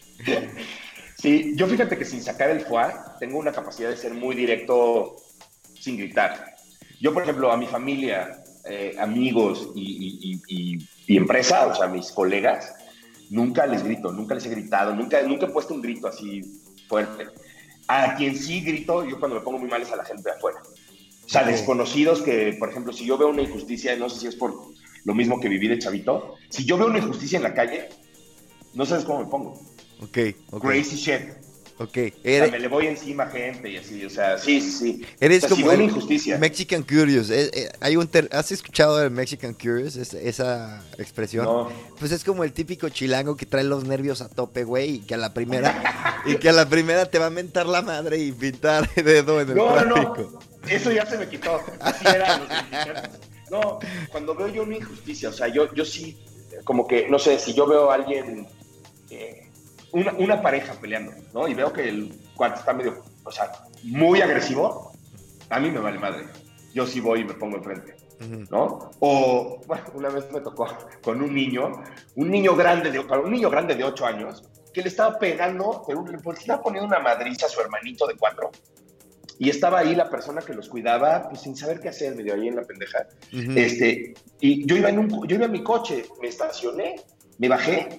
Sí, yo fíjate que sin sacar el foie, tengo una capacidad de ser muy directo sin gritar. Yo, por ejemplo, a mi familia, eh, amigos y, y, y, y empresa, o sea, mis colegas, nunca les grito, nunca les he gritado, nunca, nunca he puesto un grito así fuerte. A quien sí grito, yo cuando me pongo muy mal es a la gente de afuera. O sea, okay. Desconocidos que, por ejemplo, si yo veo una injusticia, no sé si es por lo mismo que viví de chavito, si yo veo una injusticia en la calle, no sabes cómo me pongo. Ok, ok. Crazy shit. Ok. Eres... O sea, me le voy encima a gente y así, o sea, sí, sí, sí. Eres o sea, como si una injusticia. Mexican Curious. Eh, eh, hay un ter... ¿Has escuchado el Mexican Curious? Es, esa expresión. No. Pues es como el típico chilango que trae los nervios a tope, güey, y que a la primera y que a la primera te va a mentar la madre y pintar dedo en el no, tráfico. No, no. Eso ya se me quitó. Así eran los mexicanos. No, cuando veo yo una injusticia, o sea, yo, yo sí, como que, no sé, si yo veo a alguien... Eh, Una, una pareja peleando, ¿no? Y veo que el cuate está medio, o sea, muy agresivo, a mí me vale madre. Yo sí voy y me pongo enfrente, ¿no? O, bueno, una vez me tocó con un niño, un niño grande de, para un niño grande de ocho años, que le estaba pegando, pero le estaba poniendo una madriza a su hermanito de cuatro. Y estaba ahí la persona que los cuidaba, pues sin saber qué hacer, medio ahí en la pendeja. Uh-huh. Este, y yo iba, en un, yo iba en mi coche, me estacioné, me bajé,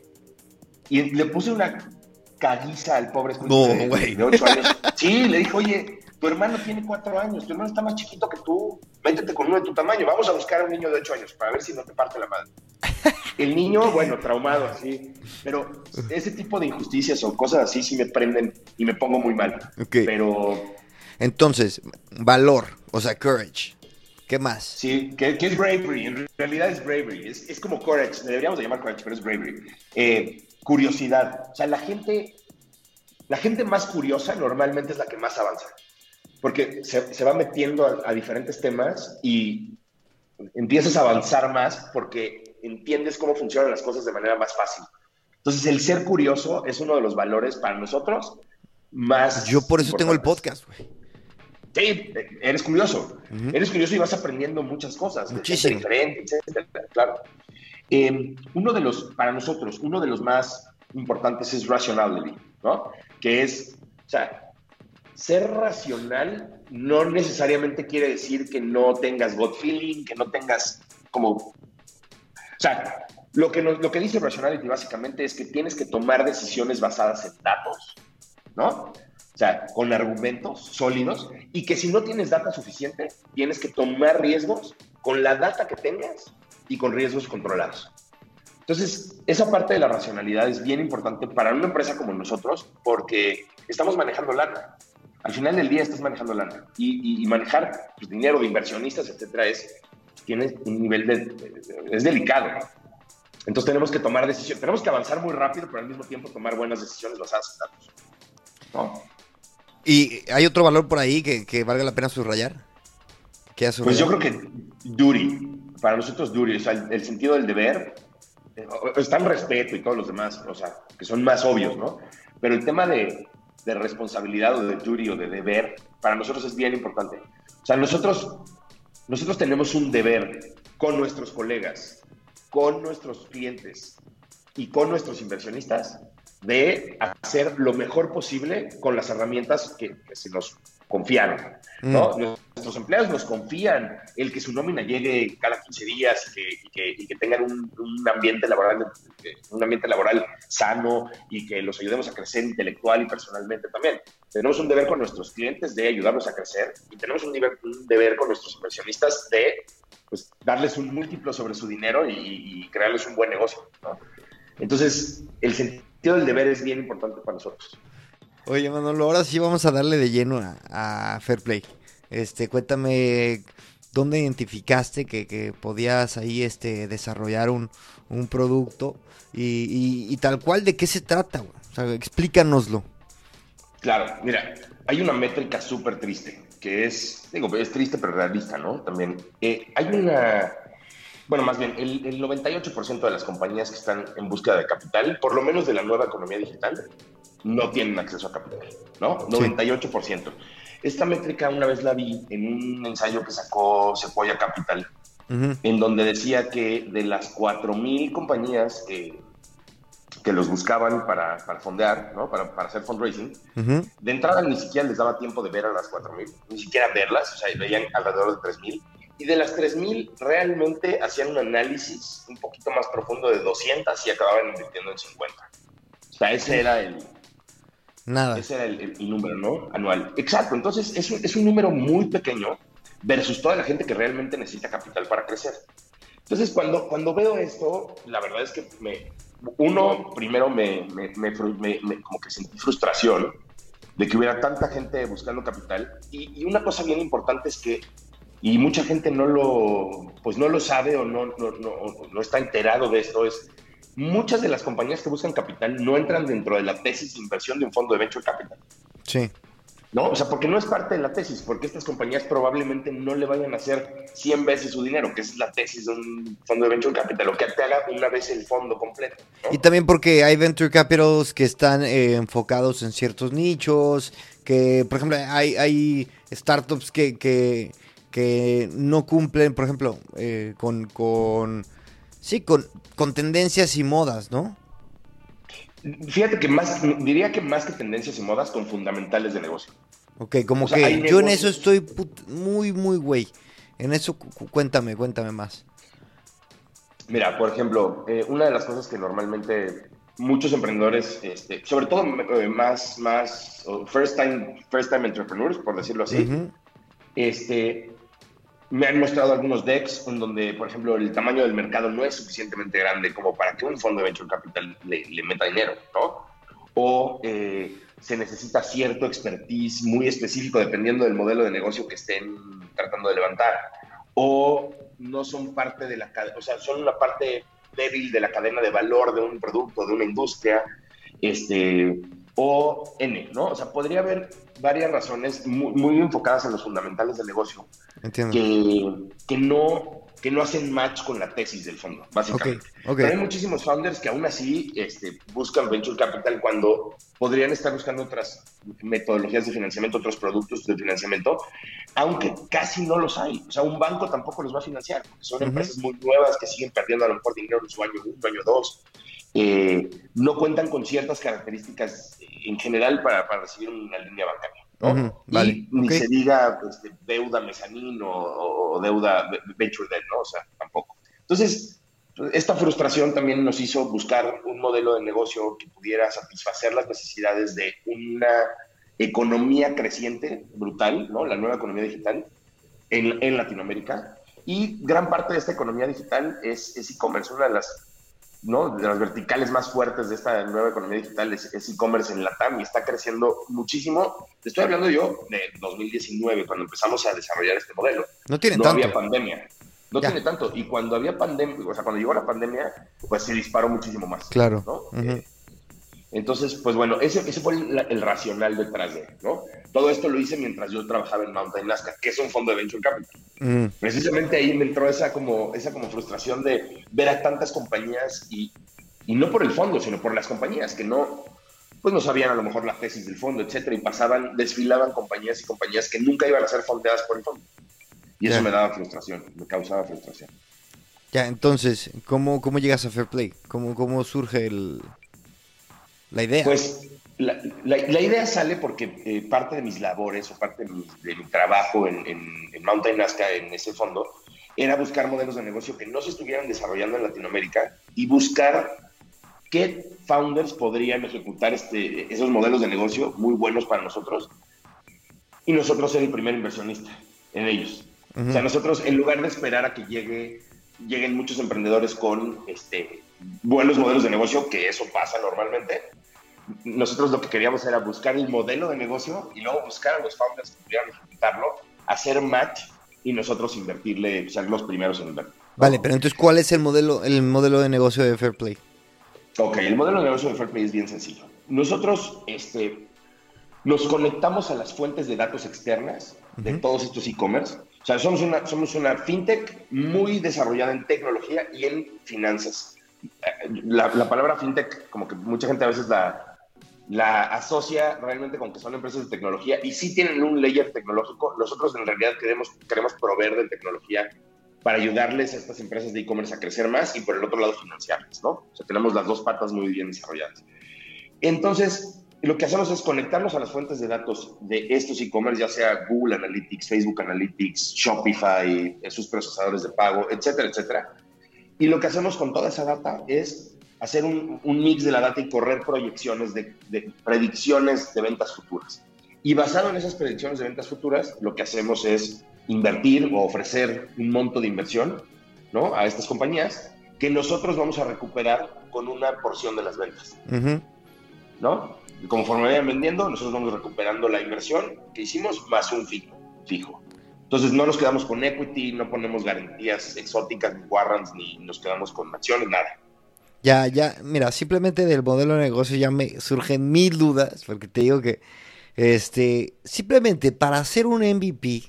y le puse una caguiza al pobre no, de, de, de ocho años. Sí, le dije, oye, tu hermano tiene cuatro años, tu hermano está más chiquito que tú, métete con uno de tu tamaño, vamos a buscar a un niño de ocho años para ver si no te parte la madre. El niño, bueno, traumado así, pero ese tipo de injusticias o cosas así sí me prenden y me pongo muy mal. Okay. Pero... Entonces, valor, o sea, courage. ¿Qué más? Sí, que, que es bravery, en realidad es bravery, es, es como courage, deberíamos de llamar courage, pero es bravery. Eh, curiosidad, o sea, la gente, la gente más curiosa normalmente es la que más avanza, porque se, se va metiendo a, a diferentes temas y empiezas a avanzar más porque entiendes cómo funcionan las cosas de manera más fácil. Entonces, el ser curioso es uno de los valores para nosotros más Yo por eso tengo el podcast, güey. Sí, eres curioso. Uh-huh. Eres curioso y vas aprendiendo muchas cosas. Muchísimo. Diferentes, etcétera, claro. Eh, uno de los, para nosotros, uno de los más importantes es rationality, ¿no? Que es, o sea, ser racional no necesariamente quiere decir que no tengas gut feeling, que no tengas como... O sea, lo que, nos, lo que dice rationality básicamente es que tienes que tomar decisiones basadas en datos, ¿no? O sea, con argumentos sólidos y que si no tienes data suficiente, tienes que tomar riesgos con la data que tengas y con riesgos controlados. Entonces, esa parte de la racionalidad es bien importante para una empresa como nosotros porque estamos manejando lana. Al final del día estás manejando lana y, y, y manejar pues, dinero de inversionistas, etcétera, es, tiene un nivel de, de, es delicado, ¿no? Entonces tenemos que tomar decisiones, tenemos que avanzar muy rápido, pero al mismo tiempo tomar buenas decisiones basadas en datos, ¿no? ¿Y hay otro valor por ahí que, que valga la pena subrayar? ¿Qué subrayar? Pues yo creo que duty, para nosotros duty, o sea, el, el sentido del deber, eh, está en respeto y todos los demás, o sea, que son más obvios, ¿no? Pero el tema de, de responsabilidad o de duty o de deber, para nosotros es bien importante. O sea, nosotros, nosotros tenemos un deber con nuestros colegas, con nuestros clientes y con nuestros inversionistas de hacer lo mejor posible con las herramientas que, que se nos confiaron, ¿no? Mm. Nuestros empleados nos confían el que su nómina llegue cada quince días y que, y que, y que tengan un, un, ambiente laboral, un ambiente laboral sano y que los ayudemos a crecer intelectual y personalmente también. Tenemos un deber con nuestros clientes de ayudarlos a crecer y tenemos un deber, un deber con nuestros inversionistas de pues, darles un múltiplo sobre su dinero y, y crearles un buen negocio, ¿no? Entonces, el sentido del deber es bien importante para nosotros. Oye, Manolo, ahora sí vamos a darle de lleno a, a Fairplay. Este, cuéntame, ¿dónde identificaste que, que podías ahí este, desarrollar un, un producto? Y, y, y tal cual, ¿de qué se trata, güey? O sea, explícanoslo. Claro, mira, hay una métrica súper triste, que es, digo, es triste pero realista, ¿no? También, eh, hay una, bueno, más bien, el, el noventa y ocho por ciento de las compañías que están en búsqueda de capital, por lo menos de la nueva economía digital, no tienen acceso a capital, ¿no? Sí. noventa y ocho por ciento. Esta métrica una vez la vi en un ensayo que sacó Sequoia Capital, uh-huh. en donde decía que de las cuatro mil compañías que, que los buscaban para, para fondear, ¿no? para, para hacer fundraising, uh-huh. de entrada ni siquiera les daba tiempo de ver a las cuatro mil, ni siquiera verlas, o sea, veían alrededor de tres mil, y de las tres mil realmente hacían un análisis un poquito más profundo de doscientas y acababan invirtiendo en cincuenta. O sea, ese era el... Nada. Ese era el, el, el número, ¿no? Anual. Exacto. Entonces, es un, es un número muy pequeño versus toda la gente que realmente necesita capital para crecer. Entonces, cuando, cuando veo esto, la verdad es que me, uno, primero me, me, me, me, me como que sentí frustración de que hubiera tanta gente buscando capital. Y, y una cosa bien importante es que, y mucha gente no lo, pues no lo sabe o no, no, no, no está enterado de esto, es... Muchas de las compañías que buscan capital no entran dentro de la tesis de inversión de un fondo de venture capital. Sí. ¿No? O sea, porque no es parte de la tesis, porque estas compañías probablemente no le vayan a hacer cien veces su dinero, que es la tesis de un fondo de venture capital, lo que te haga una vez el fondo completo, ¿no? Y también porque hay venture capitals que están eh, enfocados en ciertos nichos, que, por ejemplo, hay, hay startups que, que, que no cumplen, por ejemplo, eh, con... con Sí, con, con tendencias y modas, ¿no? Fíjate que más, diría que más que tendencias y modas, con fundamentales de negocio. Ok, como o sea, que yo negocios... en eso estoy put- muy, muy güey. En eso cu- cuéntame, cuéntame más. Mira, por ejemplo, eh, una de las cosas que normalmente muchos emprendedores, este, sobre todo eh, más, más uh, first time, first time entrepreneurs, por decirlo así, uh-huh. este... Me han mostrado algunos decks en donde, por ejemplo, el tamaño del mercado no es suficientemente grande como para que un fondo de venture capital le, le meta dinero, ¿no? O eh, se necesita cierto expertise muy específico dependiendo del modelo de negocio que estén tratando de levantar. O no son parte de la cadena, o sea, son una parte débil de la cadena de valor de un producto, de una industria, este... o N, ¿no? O sea, podría haber varias razones muy, muy enfocadas en los fundamentales del negocio. Entiendo. Que, que, no, que no hacen match con la tesis del fondo, básicamente. Okay, okay. Pero hay muchísimos founders que aún así este, buscan venture capital cuando podrían estar buscando otras metodologías de financiamiento, otros productos de financiamiento, aunque casi no los hay. O sea, un banco tampoco los va a financiar, porque son uh-huh. empresas muy nuevas que siguen perdiendo a lo mejor dinero en su año uno, año dos. Eh, no cuentan con ciertas características en general para, para recibir una línea bancaria, ¿no? Uh-huh, vale, y ni okay. se diga pues, deuda mezanín o, o deuda venture debt, ¿no? O sea, tampoco. Entonces, esta frustración también nos hizo buscar un modelo de negocio que pudiera satisfacer las necesidades de una economía creciente, brutal, ¿no? La nueva economía digital en, en Latinoamérica. Y gran parte de esta economía digital es, es e-commerce, una de las ¿no? de las verticales más fuertes de esta nueva economía digital es, es e-commerce en Latam y está creciendo muchísimo. Te estoy hablando yo de dos mil diecinueve, cuando empezamos a desarrollar este modelo. No tiene no tanto. había pandemia. No ya. tiene tanto. Y cuando había pandemia, o sea, cuando llegó la pandemia, pues se disparó muchísimo más. Claro. ¿no? Uh-huh. Eh, entonces, pues bueno, ese, ese fue el, el racional detrás de, ¿no? Todo esto lo hice mientras yo trabajaba en Mountain Nazca, que es un fondo de venture capital. Mm. Precisamente ahí me entró esa como, esa como frustración de ver a tantas compañías y, y no por el fondo, sino por las compañías que no, pues no sabían a lo mejor la tesis del fondo, etcétera, y pasaban, desfilaban compañías y compañías que nunca iban a ser fondeadas por el fondo. Y eso yeah. me daba frustración, me causaba frustración. Ya, entonces, ¿cómo, cómo llegas a Fairplay? ¿Cómo, cómo surge el... la idea? Pues la, la, la idea sale porque eh, parte de mis labores o parte de mi, de mi trabajo en, en, en Mountain Nazca, en ese fondo, era buscar modelos de negocio que no se estuvieran desarrollando en Latinoamérica y buscar qué founders podrían ejecutar este, esos modelos de negocio muy buenos para nosotros y nosotros ser el primer inversionista en ellos. Uh-huh. O sea, nosotros, en lugar de esperar a que llegue, lleguen muchos emprendedores con este, buenos modelos de negocio, que eso pasa normalmente, nosotros lo que queríamos era buscar el modelo de negocio y luego buscar a los founders que pudieran ejecutarlo, hacer match y nosotros invertirle, ser los primeros en invertir. Vale, pero entonces, ¿cuál es el modelo, el modelo de negocio de Fairplay? Ok, el modelo de negocio de Fairplay es bien sencillo. nosotros este, nos conectamos a las fuentes de datos externas de uh-huh. todos estos e-commerce. O sea, somos una, somos una fintech muy desarrollada en tecnología y en finanzas. La, la palabra fintech, como que mucha gente a veces la, la asocia realmente con que son empresas de tecnología y sí tienen un layer tecnológico. Nosotros en realidad queremos, queremos proveer de tecnología para ayudarles a estas empresas de e-commerce a crecer más y por el otro lado financiarles, ¿no? O sea, tenemos las dos patas muy bien desarrolladas. Entonces, lo que hacemos es conectarnos a las fuentes de datos de estos e-commerce, ya sea Google Analytics, Facebook Analytics, Shopify, sus procesadores de pago, etcétera, etcétera. Y lo que hacemos con toda esa data es hacer un, un mix de la data y correr proyecciones de, de predicciones de ventas futuras. Y basado en esas predicciones de ventas futuras, lo que hacemos es invertir o ofrecer un monto de inversión, ¿no?, a estas compañías que nosotros vamos a recuperar con una porción de las ventas. Uh-huh. ¿No? Y conforme vayan vendiendo, nosotros vamos recuperando la inversión que hicimos más un fijo. fijo. Entonces no nos quedamos con equity, no ponemos garantías exóticas, ni warrants, ni nos quedamos con acciones, nada. Ya, ya, mira, simplemente del modelo de negocio ya me surgen mil dudas, porque te digo que este, simplemente para hacer un M V P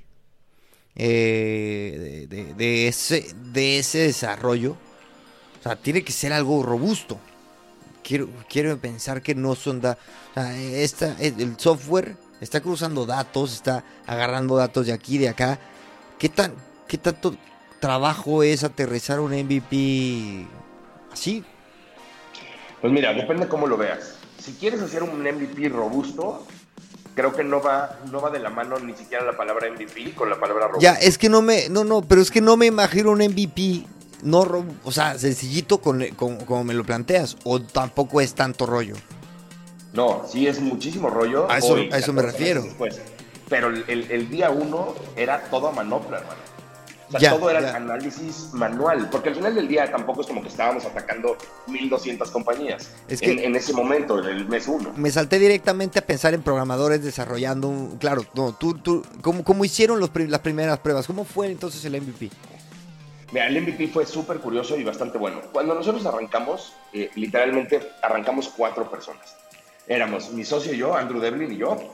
eh, de, de, de, ese, de ese desarrollo, o sea, tiene que ser algo robusto. Quiero, quiero pensar que no son da, o sea, esta, el software está cruzando datos, está agarrando datos de aquí, de acá. ¿Qué tan, qué tanto trabajo es aterrizar un M V P así? Pues mira, depende cómo lo veas. Si quieres hacer un M V P robusto, creo que no va, no va de la mano ni siquiera la palabra M V P con la palabra robusto. Ya, es que no me, no, no, pero es que no me imagino un M V P. No, o sea, sencillito con, con, como me lo planteas, o tampoco es tanto rollo. No, sí es muchísimo rollo. A eso, hoy, a eso me refiero. Después. Pero el, el, el día uno era todo a manopla, hermano. O sea, ya, todo era ya. análisis manual. Porque al final del día tampoco es como que estábamos atacando mil doscientas compañías es que en, en ese momento, en el mes uno. Me salté directamente a pensar en programadores desarrollando un... Claro, no, tú, tú, ¿cómo, cómo hicieron los, las primeras pruebas? ¿Cómo fue entonces el M V P? Mira, el M V P fue súper curioso y bastante bueno. Cuando nosotros arrancamos, eh, literalmente arrancamos cuatro personas. Éramos mi socio y yo, Andrew Devlin y yo,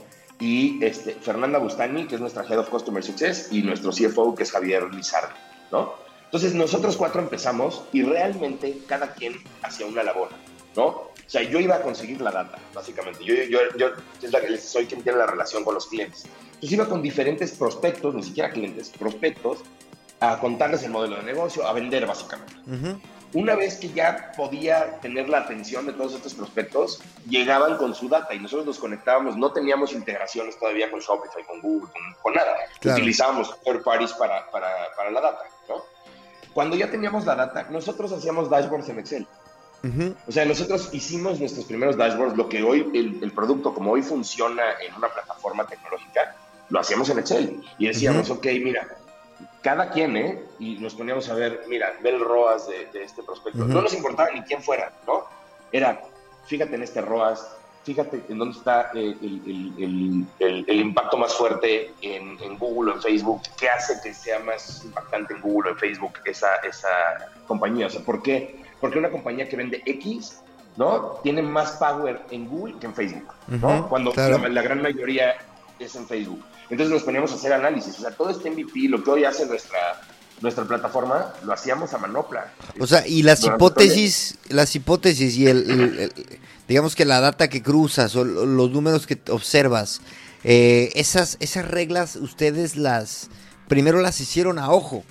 y este, Fernanda Bustani, que es nuestra Head of Customer Success, y nuestro C F O, que es Javier Lizardi, ¿no? Entonces, nosotros cuatro empezamos y realmente cada quien hacía una labor, ¿no? O sea, yo iba a conseguir la data, básicamente. Yo, yo, yo, yo soy quien tiene la relación con los clientes. Entonces, iba con diferentes prospectos, ni siquiera clientes, prospectos, a contarles el modelo de negocio, a vender básicamente. Uh-huh. Una vez que ya podía tener la atención de todos estos prospectos, llegaban con su data y nosotros nos conectábamos, no teníamos integraciones todavía con Shopify, con Google, con, con nada. Claro. Utilizábamos third parties para, para, para la data, ¿no? Cuando ya teníamos la data, nosotros hacíamos dashboards en Excel. Uh-huh. O sea, nosotros hicimos nuestros primeros dashboards, lo que hoy, el, el producto como hoy funciona en una plataforma tecnológica, lo hacíamos en Excel. Y decíamos, uh-huh. ok, mira, cada quien, ¿eh? Y nos poníamos a ver, mira, ve el R O A S de, de este prospecto. Uh-huh. No nos importaba ni quién fuera, ¿no? Era, fíjate en este R O A S, fíjate en dónde está el, el, el, el, el impacto más fuerte en, en Google o en Facebook, qué hace que sea más impactante en Google o en Facebook esa, esa compañía. O sea, ¿por qué? Porque una compañía que vende X, ¿no?, tiene más power en Google que en Facebook, ¿no? Uh-huh, Cuando claro. la, la gran mayoría es en Facebook. Entonces nos poníamos a hacer análisis. O sea, todo este M V P, lo que hoy hace nuestra, nuestra plataforma, lo hacíamos a manopla. O sea, y las hipótesis, las hipótesis y el, el, el, digamos que la data que cruzas o los números que observas, eh, esas, esas reglas ustedes las, primero las hicieron a ojo.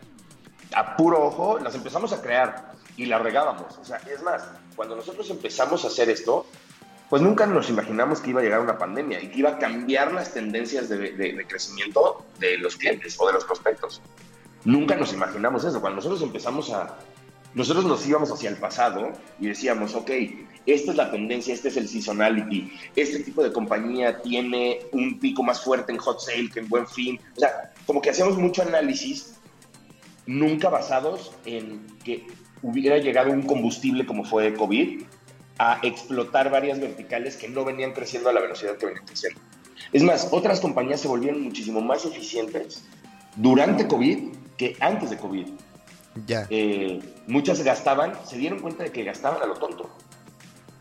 A puro ojo, las empezamos a crear y las regábamos. O sea, es más, cuando nosotros empezamos a hacer esto, pues nunca nos imaginamos que iba a llegar una pandemia y que iba a cambiar las tendencias de, de, de crecimiento de los clientes o de los prospectos. Nunca nos imaginamos eso. Cuando nosotros empezamos a... Nosotros nos íbamos hacia el pasado y decíamos, ok, esta es la tendencia, este es el seasonality, este tipo de compañía tiene un pico más fuerte en hot sale que en buen fin. O sea, como que hacíamos mucho análisis, nunca basados en que hubiera llegado un combustible como fue COVID, a explotar varias verticales que no venían creciendo a la velocidad que venían creciendo. Es más, otras compañías se volvieron muchísimo más eficientes durante COVID que antes de COVID. Ya. Eh, muchas gastaban, se dieron cuenta de que gastaban a lo tonto.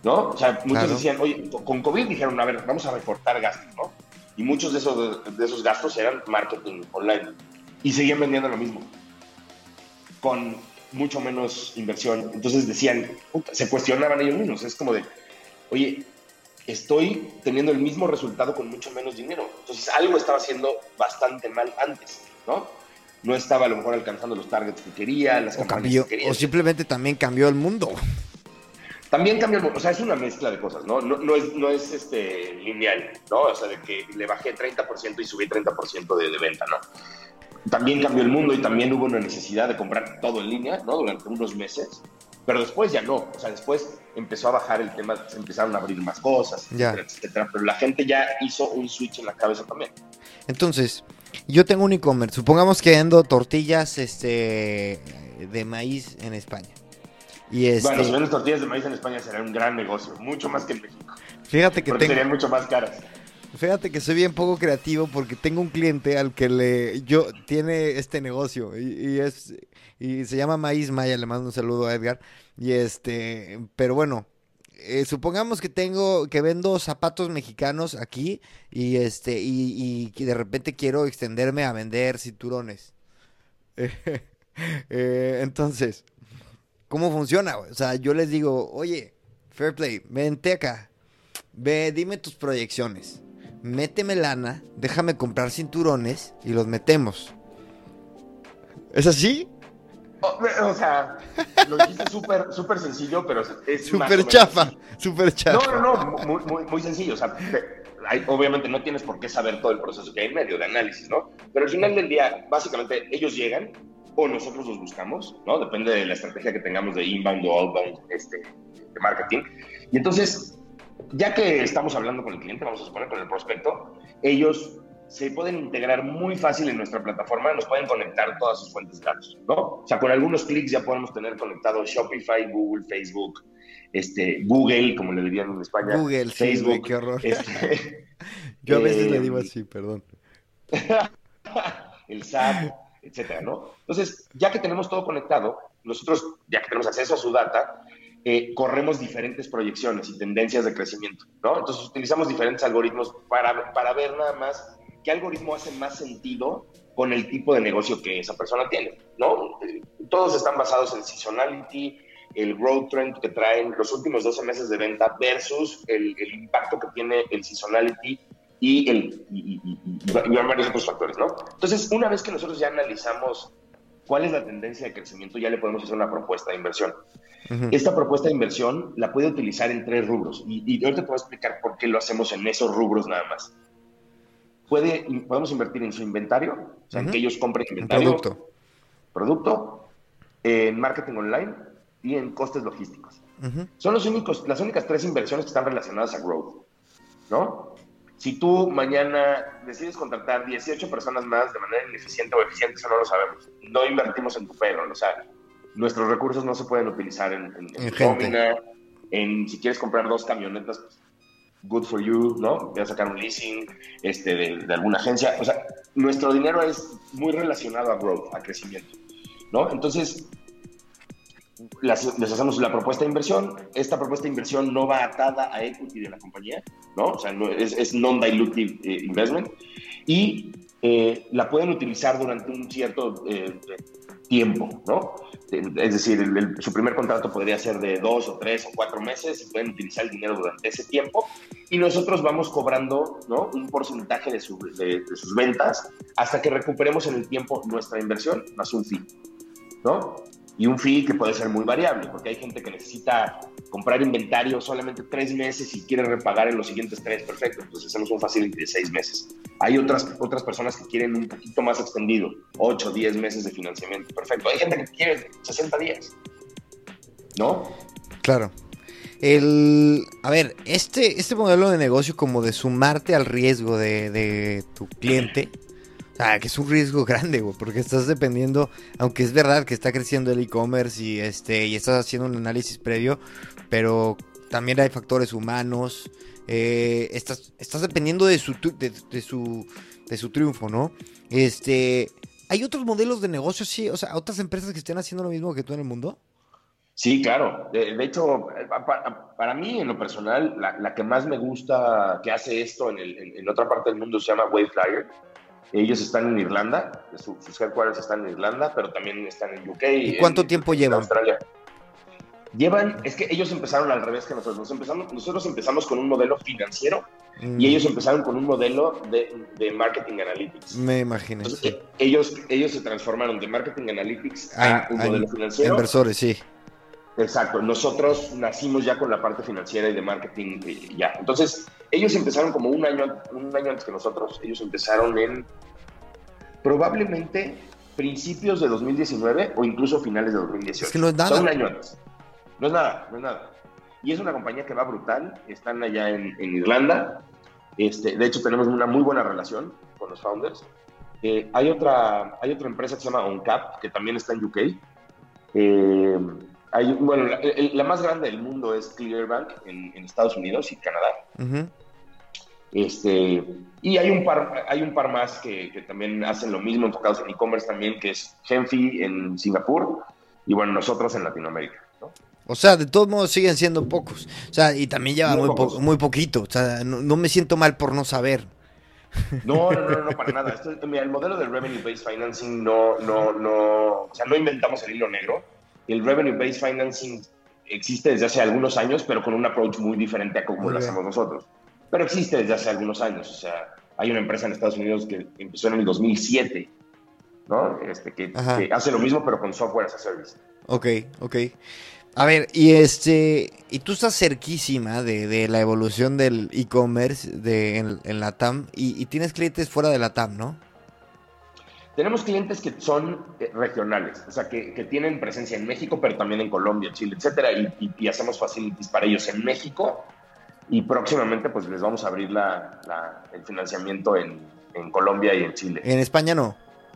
¿no? O sea, muchos Claro. decían, oye, con COVID dijeron, a ver, vamos a recortar gastos, ¿no? Y muchos de esos, de esos gastos eran marketing online. Y seguían vendiendo lo mismo, con mucho menos inversión. Entonces decían, puta, se cuestionaban ellos mismos. Es como de, oye, estoy teniendo el mismo resultado con mucho menos dinero. Entonces algo estaba haciendo bastante mal antes, ¿no? No estaba a lo mejor alcanzando los targets que quería, las O campañas cambió, que quería. o simplemente también cambió el mundo. También cambió el mundo, o sea, es una mezcla de cosas, ¿no? No, no es, no es este, lineal, ¿no? O sea, de que le bajé treinta por ciento y subí treinta por ciento de, de venta, ¿no? También cambió el mundo y también hubo una necesidad de comprar todo en línea, ¿no? Durante unos meses, pero después ya no, o sea, después empezó a bajar el tema, se empezaron a abrir más cosas, Ya. etcétera, etcétera, pero la gente ya hizo un switch en la cabeza también. Entonces, yo tengo un e-commerce. Supongamos que vendo tortillas este, de maíz en España. Y este, Bueno, si vendes tortillas de maíz en España será un gran negocio, mucho más que en México, fíjate que porque tengo, serían mucho más caras. fíjate que soy bien poco creativo porque tengo un cliente al que le yo tiene este negocio y, y es y se llama Maíz Maya. Le mando un saludo a Edgar. Y este, pero bueno, eh, supongamos que tengo que vendo zapatos mexicanos aquí y este y, y que de repente quiero extenderme a vender cinturones. Eh, entonces, ¿cómo funciona, güey? O sea, yo les digo, oye, Fairplay, vente acá, ve, dime tus proyecciones, méteme lana, déjame comprar cinturones y los metemos. ¿Es así? O, o sea, lo dijiste súper súper sencillo, pero es más o Súper menos chafa, así. súper No, chafa. no, no, muy, muy, muy sencillo. O sea, te- hay- obviamente no tienes por qué saber todo el proceso que hay en medio de análisis, ¿no? Pero al final del día, básicamente, ellos llegan o nosotros los buscamos, ¿no? Depende de la estrategia que tengamos de inbound o outbound este, de marketing. Y entonces, ya que estamos hablando con el cliente, vamos a suponer con el prospecto, ellos se pueden integrar muy fácil en nuestra plataforma, nos pueden conectar todas sus fuentes de datos, ¿no? O sea, con algunos clics ya podemos tener conectado Shopify, Google, Facebook, este, Google, como le dirían en España, Google, sí, güey, Facebook, qué horror. este, Yo a veces le eh, digo así, perdón. el S A P, etcétera, ¿no? Entonces, ya que tenemos todo conectado, nosotros, ya que tenemos acceso a su data, eh, corremos diferentes proyecciones y tendencias de crecimiento, ¿no? Entonces, utilizamos diferentes algoritmos para, para ver nada más qué algoritmo hace más sentido con el tipo de negocio que esa persona tiene, ¿no? Eh, Todos están basados en seasonality, el growth trend que traen los últimos doce meses de venta versus el, el impacto que tiene el seasonality y, el, y, y, y, y varios otros factores, ¿no? Entonces, una vez que nosotros ya analizamos cuál es la tendencia de crecimiento, ya le podemos hacer una propuesta de inversión. Ujú. Esta propuesta de inversión la puede utilizar en tres rubros y, y ahorita te voy a explicar por qué lo hacemos en esos rubros nada más. Puede, podemos invertir en su inventario, o sea, Ujú. en que ellos compren Un inventario, producto. producto, en marketing online y en costes logísticos. Ujú. Son los únicos, las únicas tres inversiones que están relacionadas a growth, ¿no? Si tú mañana decides contratar dieciocho personas más de manera ineficiente o eficiente, eso no lo sabemos. No invertimos en tu payroll, o sea, nuestros recursos no se pueden utilizar en, en, en En tu gente. nómina, en si quieres comprar dos camionetas, pues, good for you, ¿no? Voy a sacar un leasing este, de, de alguna agencia. O sea, nuestro dinero es muy relacionado a growth, a crecimiento, ¿no? Entonces, las, les hacemos la propuesta de inversión. Esta propuesta de inversión no va atada a equity de la compañía, ¿no? O sea, no, es, es non-dilutive eh, investment. Y eh, la pueden utilizar durante un cierto eh, tiempo, ¿no? Es decir, el, el, su primer contrato podría ser de dos o tres o cuatro meses y pueden utilizar el dinero durante ese tiempo y nosotros vamos cobrando, ¿no?, un porcentaje de, su, de, de sus ventas hasta que recuperemos en el tiempo nuestra inversión más un fee, ¿no? Y un fee que puede ser muy variable, porque hay gente que necesita comprar inventario solamente tres meses y quiere repagar en los siguientes tres, perfecto, entonces hacemos un facility de seis meses. Hay otras, otras personas que quieren un poquito más extendido, ocho, diez meses de financiamiento, perfecto. Hay gente que quiere sesenta días, ¿no? Claro. El, a ver, este, este modelo de negocio como de sumarte al riesgo de, de tu cliente, o sea, que es un riesgo grande, güey, porque estás dependiendo, aunque es verdad que está creciendo el e-commerce y este y estás haciendo un análisis previo, pero también hay factores humanos, eh, estás, estás dependiendo de su, de, de su de su triunfo, ¿no? Este, ¿hay otros modelos de negocio, sí? O sea, otras empresas que estén haciendo lo mismo que tú en el mundo? Sí, claro. De, de hecho, para, para mí, en lo personal, la, la que más me gusta que hace esto en, el, en, en otra parte del mundo se llama Wayflyer. Ellos están en Irlanda, su, sus headquarters están en Irlanda, pero también están en U K, ¿Y cuánto en, tiempo en llevan? Australia. Llevan, es que ellos empezaron al revés que nosotros. Nos empezamos, nosotros empezamos con un modelo financiero mm. y ellos empezaron con un modelo de, de marketing analytics. Me imaginé. Entonces, sí. eh, ellos, ellos se transformaron de marketing analytics a, a un a modelo financiero. Inversores, sí. Exacto. Nosotros nacimos ya con la parte financiera y de marketing y ya. Entonces, ellos empezaron como un año, un año antes que nosotros. Ellos empezaron en probablemente principios de dos mil diecinueve o incluso finales de dos mil dieciocho. Es que no es nada. O sea, un año antes. No es nada, no es nada. Y es una compañía que va brutal. Están allá en, en Irlanda. Este, de hecho, tenemos una muy buena relación con los founders. Eh, hay, otra, hay otra empresa que se llama OnCap, que también está en U K. Eh, hay, bueno, la, la más grande del mundo es Clearbank en, en Estados Unidos y Canadá. Uh-huh. Este, y hay un par, hay un par más que, que también hacen lo mismo, enfocados en e-commerce también, que es Genfi en Singapur y bueno, nosotros en Latinoamérica, ¿no? O sea, de todos modos siguen siendo pocos. O sea, y también lleva muy, muy, po- muy poquito. O sea, no, no me siento mal por no saber. No, no, no, no, para nada. Esto, mira, el modelo del Revenue Based Financing no, no, no, o sea, no inventamos el hilo negro. El Revenue Based Financing existe desde hace algunos años, pero con un approach muy diferente a como okay. lo hacemos nosotros. Pero existe desde hace algunos años. O sea, hay una empresa en Estados Unidos que empezó en el dos mil siete, ¿no? Este, que, que hace lo mismo, pero con software as a service. Ok, ok. A ver, y este, y tú estás cerquísima de, de la evolución del e-commerce de, en, en la T A M y, y tienes clientes fuera de la T A M, ¿no? Tenemos clientes que son eh, regionales, o sea, que, que tienen presencia en México, pero también en Colombia, Chile, etcétera, y, y, y hacemos facilities para ellos en México y próximamente pues les vamos a abrir la, la, el financiamiento en, en Colombia y en Chile. ¿En España no?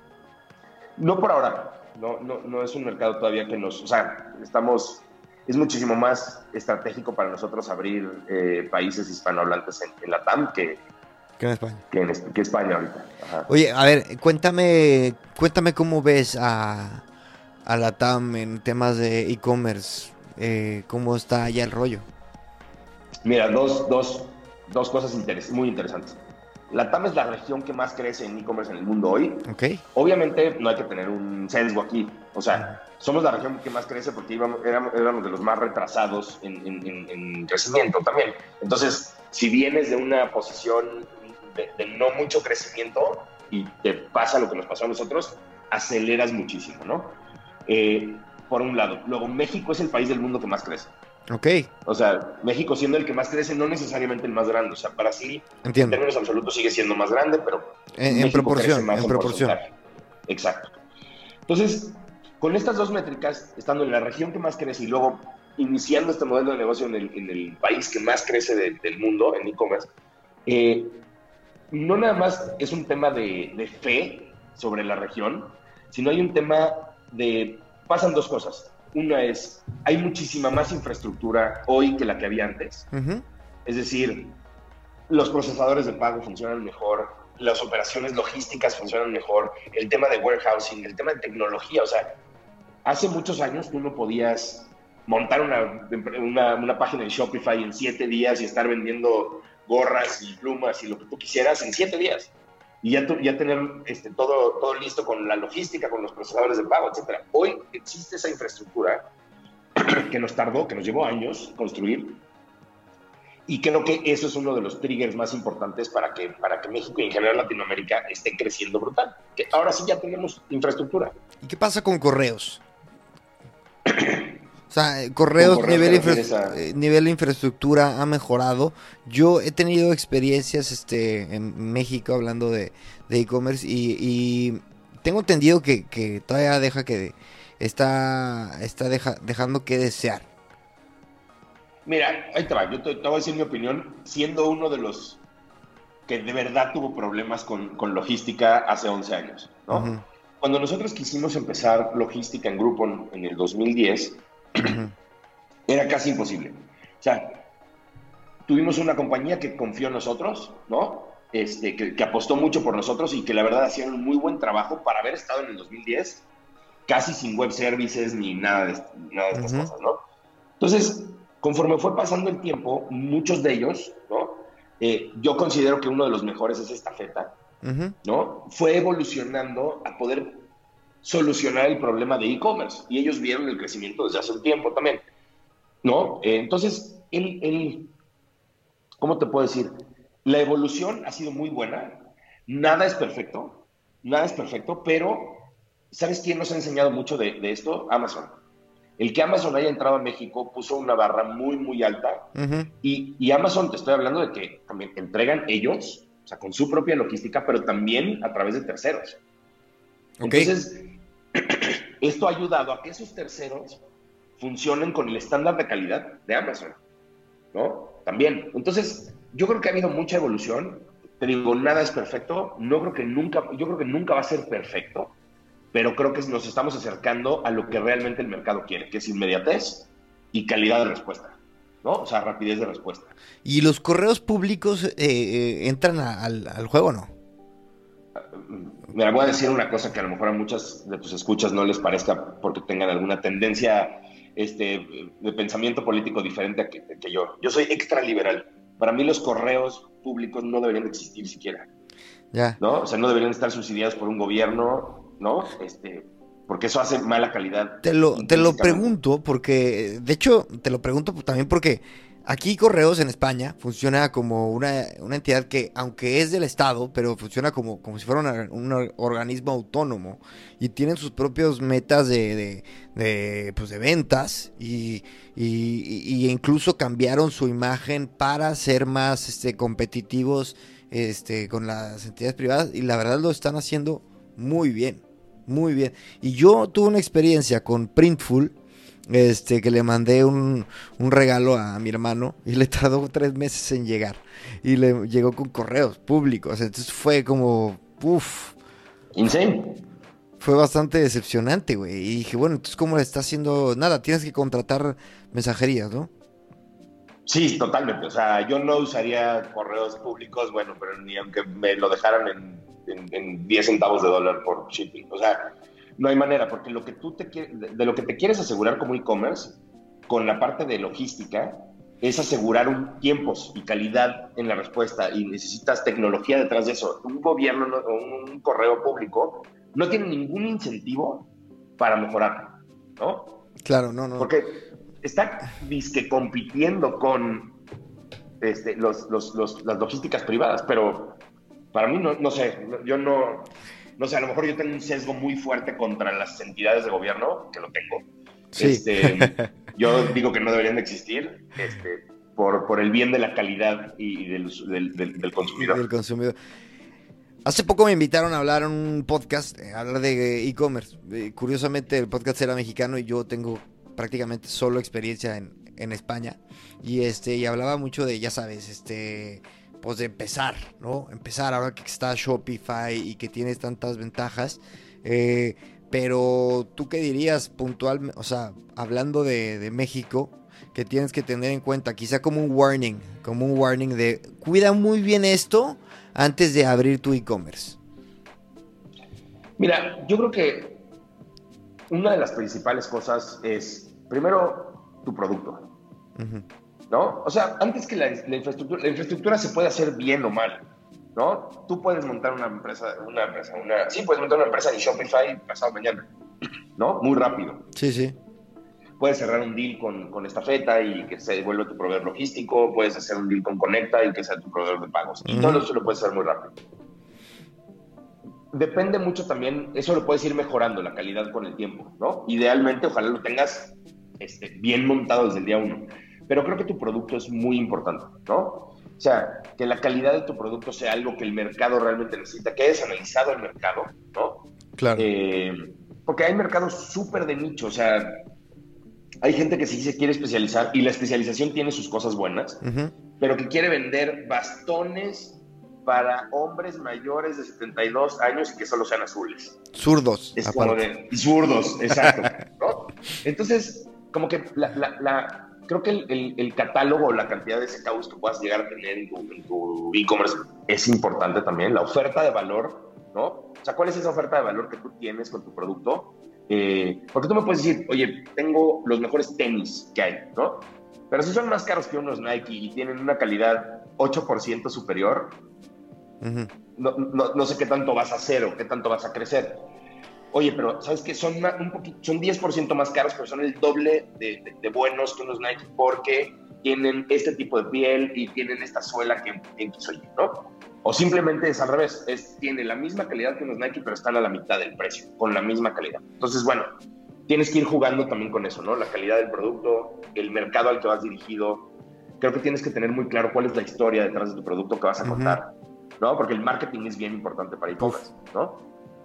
No por ahora. No, no, no es un mercado todavía que nos... O sea, estamos... Es muchísimo más estratégico para nosotros abrir eh, países hispanohablantes en, en la T A M que, que en España. Que, en, que España ahorita. Ajá. Oye, a ver, cuéntame cuéntame cómo ves a, a la T A M en temas de e-commerce. Eh, ¿Cómo está allá el rollo? Mira, dos, dos, dos cosas interes- muy interesantes. La T A M es la región que más crece en e-commerce en el mundo hoy. Okay. Obviamente no hay que tener un sesgo aquí. O sea, somos la región que más crece porque íbamos, éramos, éramos de los más retrasados en, en, en, en crecimiento también. Entonces, si vienes de una posición de, de no mucho crecimiento y te pasa lo que nos pasó a nosotros, aceleras muchísimo, ¿no? Eh, por un lado. Luego, México es el país del mundo que más crece. Ok. O sea, México siendo el que más crece, no necesariamente el más grande. O sea, Brasil, entiendo, en términos absolutos, sigue siendo más grande, pero en, en proporción, en proporción. Exacto. Entonces, con estas dos métricas, estando en la región que más crece y luego iniciando este modelo de negocio en el, en el país que más crece de, del mundo, en e-commerce, eh, no nada más es un tema de, de fe sobre la región, sino hay un tema de... Pasan dos cosas. Una es, hay muchísima más infraestructura hoy que la que había antes. Uh-huh. Es decir, los procesadores de pago funcionan mejor, las operaciones logísticas funcionan mejor, el tema de warehousing, el tema de tecnología. O sea, hace muchos años tú no podías montar una, una, una página en Shopify en siete días y estar vendiendo gorras y plumas y lo que tú quisieras en siete días. Y ya, tu, ya tener este, todo, todo listo con la logística, con los procesadores de pago, etcétera. Hoy existe esa infraestructura que nos tardó, que nos llevó años construir. Y creo que eso es uno de los triggers más importantes para que, para que México y en general Latinoamérica esté creciendo brutal. Que ahora sí ya tenemos infraestructura. ¿Y qué pasa con correos? O sea, correos, correos nivel, infra- a... nivel de infraestructura ha mejorado. Yo he tenido experiencias este, en México hablando de, de e-commerce y, y tengo entendido que, que todavía deja que está, está deja, dejando que desear. Mira, ahí te va, yo te, te voy a decir mi opinión, siendo uno de los que de verdad tuvo problemas con, con logística hace once años, ¿no? Uh-huh. Cuando nosotros quisimos empezar logística en Groupon en el dos mil diez, uh-huh. era casi imposible. O sea, tuvimos una compañía que confió en nosotros, ¿no? Este, que, que apostó mucho por nosotros y que la verdad hacían un muy buen trabajo para haber estado en el dos mil diez. casi sin web services ni nada de, nada de estas Uh-huh. cosas, ¿no? Entonces, conforme fue pasando el tiempo, muchos de ellos, ¿no? Eh, yo considero que uno de los mejores es Estafeta, Uh-huh. ¿no? Fue evolucionando a poder solucionar el problema de e-commerce y ellos vieron el crecimiento desde hace un tiempo también, ¿no? Eh, entonces, el, el, ¿cómo te puedo decir? La evolución ha sido muy buena, nada es perfecto, nada es perfecto, pero ¿sabes quién nos ha enseñado mucho de, de esto? Amazon. El que Amazon haya entrado a México puso una barra muy, muy alta Uh-huh. y, y Amazon, te estoy hablando de que también entregan ellos, o sea, con su propia logística, pero también a través de terceros. Okay. Entonces, esto ha ayudado a que esos terceros funcionen con el estándar de calidad de Amazon, ¿no? También. Entonces, yo creo que ha habido mucha evolución. Te digo, nada es perfecto. No creo que nunca, yo creo que nunca va a ser perfecto, pero creo que nos estamos acercando a lo que realmente el mercado quiere, que es inmediatez y calidad de respuesta, ¿no? O sea, rapidez de respuesta. ¿Y los correos públicos eh, eh, entran a, al, al juego o no? Mira, voy a decir una cosa que a lo mejor a muchas de tus escuchas no les parezca porque tengan alguna tendencia este, de pensamiento político diferente a que, que yo. Yo soy extraliberal. Para mí los correos públicos no deberían de existir siquiera, Ya. ¿no? O sea, no deberían estar subsidiados por un gobierno, ¿no? Este, porque eso hace mala calidad. Te lo, te lo intrínsecamente. pregunto porque, de hecho, te lo pregunto también porque aquí Correos en España funciona como una, una entidad que, aunque es del Estado, pero funciona como, como si fuera una- un organismo autónomo y tienen sus propios metas de, de, de, pues de ventas y, y, y incluso cambiaron su imagen para ser más este, competitivos este, con las entidades privadas y la verdad lo están haciendo muy bien, muy bien. Y yo tuve una experiencia con Printful. Este, que le mandé un, un regalo a mi hermano y le tardó tres meses en llegar. Y le llegó con correos públicos. Entonces fue como, uff, Insane. fue bastante decepcionante, güey. Y dije, bueno, entonces, ¿cómo le está haciendo? Nada, tienes que contratar mensajerías, ¿no? Sí, totalmente. O sea, yo no usaría correos públicos, bueno, pero ni aunque me lo dejaran en, en, en diez centavos de dólar por shipping. O sea, no hay manera, porque lo que tú te quieres, de, de lo que te quieres asegurar como e-commerce, con la parte de logística, es asegurar un, tiempos y calidad en la respuesta y necesitas tecnología detrás de eso. Un gobierno o un correo público no tiene ningún incentivo para mejorar, ¿no? Claro, no, no. Porque está disque compitiendo con este, los, los, los, las logísticas privadas, pero para mí no, no sé, yo no, no sé, a lo mejor yo tengo un sesgo muy fuerte contra las entidades de gobierno, que lo tengo. Sí. Este, yo digo que no deberían de existir este, por, por el bien de la calidad y del, del, del, del consumidor. Del consumidor. Hace poco me invitaron a hablar en un podcast, eh, a hablar de e-commerce. Eh, curiosamente el podcast era mexicano y yo tengo prácticamente solo experiencia en, en España. Y este, y hablaba mucho de, ya sabes, este, pues de empezar, ¿no? Empezar ahora que está Shopify y que tienes tantas ventajas. Eh, pero tú qué dirías puntualmente, o sea, hablando de, de México, que tienes que tener en cuenta, quizá como un warning, como un warning de cuida muy bien esto antes de abrir tu e-commerce. Mira, yo creo que una de las principales cosas es, primero, tu producto, Uh-huh. ¿no? O sea, antes que la, la infraestructura, la infraestructura se puede hacer bien o mal, ¿no? Tú puedes montar una empresa, una empresa, una, sí, puedes montar una empresa en Shopify pasado mañana, ¿no? Muy rápido. Sí, sí. Puedes cerrar un deal con, con Estafeta y que se vuelva tu proveedor logístico, puedes hacer un deal con Conecta y que sea tu proveedor de pagos. Y Uh-huh. todo eso lo puedes hacer muy rápido. Depende mucho también, eso lo puedes ir mejorando, la calidad con el tiempo, ¿no? Idealmente, ojalá lo tengas este, bien montado desde el día uno. Pero creo que tu producto es muy importante, ¿no? O sea, que la calidad de tu producto sea algo que el mercado realmente necesita, que hayas analizado el mercado, ¿no? Claro. Eh, porque hay mercados súper de nicho, o sea, hay gente que sí se quiere especializar y la especialización tiene sus cosas buenas, Uh-huh. pero que quiere vender bastones para hombres mayores de setenta y dos años y que solo sean azules. Zurdos, Es aparte. como de y zurdos, exacto, ¿no? Entonces, como que la, la, la, creo que el, el, el catálogo o la cantidad de C K Us que puedas llegar a tener en tu, en tu e-commerce es importante también. La oferta de valor ¿no? O sea, ¿cuál es esa oferta de valor que tú tienes con tu producto? Eh, porque tú me puedes decir, oye, tengo los mejores tenis que hay, ¿no? Pero si son más caros que unos Nike y tienen una calidad ocho por ciento superior, uh-huh. no, no, no sé qué tanto vas a hacer o qué tanto vas a crecer. Oye, pero ¿sabes qué? Son, una, un poquito, son diez por ciento más caros, pero son el doble de, de, de buenos que unos Nike porque tienen este tipo de piel y tienen esta suela que X o Y, ¿no? O simplemente es al revés, es, tiene la misma calidad que unos Nike, pero están a la mitad del precio, con la misma calidad. Entonces, bueno, tienes que ir jugando también con eso, ¿no? La calidad del producto, el mercado al que vas dirigido. Creo que tienes que tener muy claro cuál es la historia detrás de tu producto que vas a contar, uh-huh. ¿no? Porque el marketing es bien importante para e-commerce, ¿no?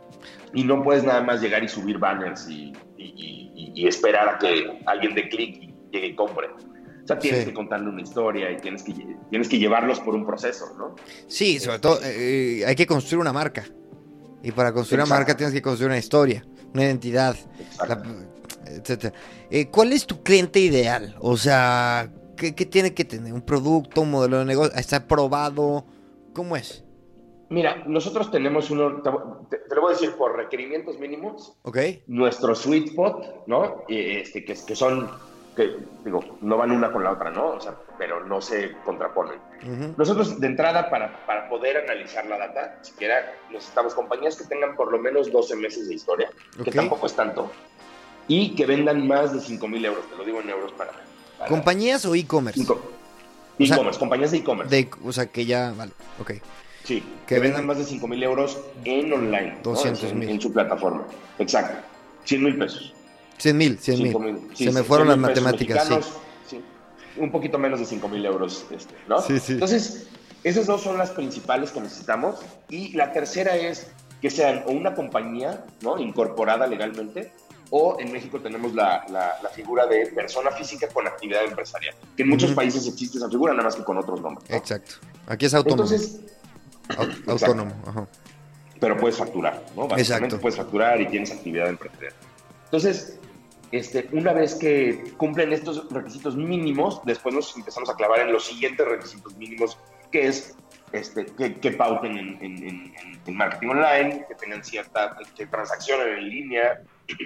Y no puedes nada más llegar y subir banners y, y, y, y esperar a que alguien dé clic y llegue y compre. O sea, tienes sí. que contarle una historia y tienes que, tienes que llevarlos por un proceso, ¿no? Sí, sobre todo eh, hay que construir una marca. Y para construir Exacto. una marca tienes que construir una historia, una identidad, la, etcétera. Eh, ¿Cuál es tu cliente ideal? O sea, ¿qué, ¿qué tiene que tener? ¿Un producto, un modelo de negocio? ¿Está probado? ¿Cómo es? Mira, nosotros tenemos uno, te, te lo voy a decir por requerimientos mínimos. Ok. Nuestro sweet spot, ¿no? Este, que, que son, que digo, no van una con la otra, ¿no? O sea, pero no se contraponen. Uh-huh. Nosotros, de entrada, para, para poder analizar la data, siquiera necesitamos compañías que tengan por lo menos doce meses de historia, okay. que tampoco es tanto, y que vendan más de cinco mil euros, te lo digo en euros para... para ¿Compañías o e-commerce? E-commerce, o sea, compañías de e-commerce. De, o sea, que ya, vale, ok. Sí, que, que vendan más de cinco mil euros en online, doscientos mil. ¿no? en, en su plataforma. Exacto. cien mil pesos. cien mil, cien mil. Sí, Se me fueron las matemáticas, sí. sí. Un poquito menos de cinco mil euros, este, ¿no? Sí, sí. Entonces, esas dos son las principales que necesitamos. Y la tercera es que sean o una compañía, ¿no? incorporada legalmente, o en México tenemos la, la, la figura de persona física con actividad empresarial, que en muchos uh-huh. países existe esa figura, nada más que con otros nombres, ¿no? Exacto. Aquí es autónomo. Entonces, autónomo, ajá. Pero puedes facturar, ¿no? Básicamente Exacto. puedes facturar y tienes actividad empresarial. Entonces, este, una vez que cumplen estos requisitos mínimos, después nos empezamos a clavar en los siguientes requisitos mínimos, que es este, que, que pauten en, en, en, en marketing online, que tengan cierta que transaccionen en línea,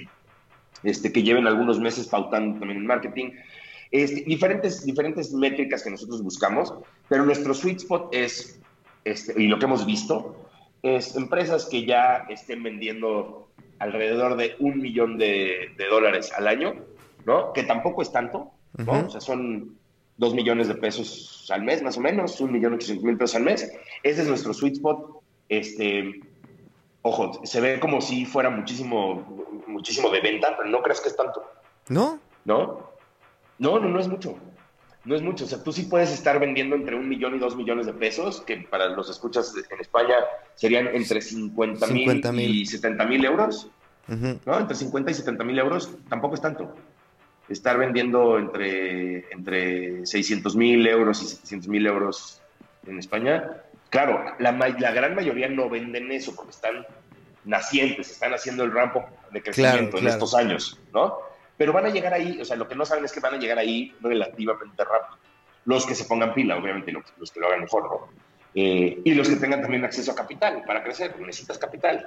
este, que lleven algunos meses pautando también en marketing. Este, diferentes, diferentes métricas que nosotros buscamos, pero nuestro sweet spot es... Este, y lo que hemos visto es empresas que ya estén vendiendo alrededor de un millón de, de dólares al año, ¿no? Que tampoco es tanto, ¿no? Uh-huh. O sea, son dos millones de pesos al mes, más o menos, un millón ochocientos mil pesos al mes. Ese es nuestro sweet spot. Este, ojo, se ve como si fuera muchísimo, muchísimo de venta, pero no crees que es tanto. ¿No? ¿No? No, no, no es mucho. No es mucho, o sea, tú sí puedes estar vendiendo entre un millón y dos millones de pesos, que para los escuchas en España serían entre cincuenta mil y setenta mil euros, uh-huh. ¿no? Entre cincuenta y setenta mil euros tampoco es tanto. Estar vendiendo entre, entre seiscientos mil euros y setecientos mil euros en España, claro, la, la gran mayoría no venden eso porque están nacientes, están haciendo el ramp de crecimiento claro, en claro. estos años, ¿no? Pero van a llegar ahí, o sea, lo que no saben es que van a llegar ahí relativamente rápido. Los que se pongan pila, obviamente, los, los que lo hagan mejor, ¿no? Eh, y los que tengan también acceso a capital para crecer, porque necesitas capital.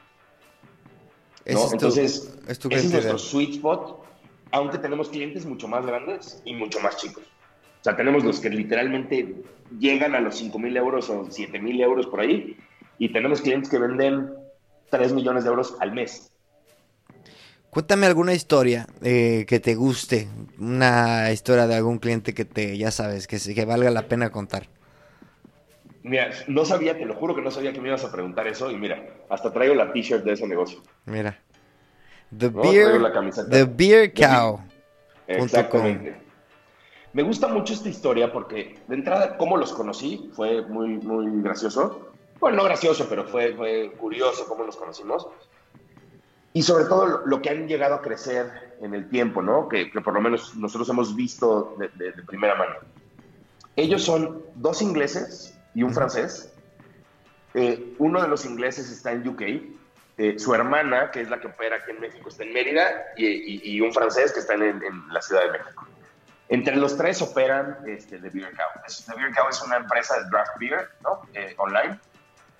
¿no? Es Entonces, tu, es tu ese es nuestro sweet spot, aunque tenemos clientes mucho más grandes y mucho más chicos. O sea, tenemos los que literalmente llegan a los cinco mil euros o siete mil euros por ahí, y tenemos clientes que venden tres millones de euros al mes. Cuéntame alguna historia eh, que te guste, una historia de algún cliente que te, ya sabes, que, que valga la pena contar. Mira, no sabía, te lo juro que no sabía que me ibas a preguntar eso, y mira, hasta traigo la t-shirt de ese negocio. Mira, The ¿no? Beer, The Beer Cow. Exactamente. Me gusta mucho esta historia porque, de entrada, cómo los conocí fue muy, muy gracioso. Bueno, no gracioso, pero fue, fue curioso cómo los conocimos. Y sobre todo lo, lo que han llegado a crecer en el tiempo, ¿no? Que, que por lo menos nosotros hemos visto de, de, de primera mano. Ellos son dos ingleses y un francés. Eh, uno de los ingleses está en U K. Eh, su hermana, que es la que opera aquí en México, está en Mérida. Y, y, y un francés que está en, en la Ciudad de México. Entre los tres operan este, The Beer Cow. The Beer Cow es una empresa de draft beer, ¿no? Eh, online.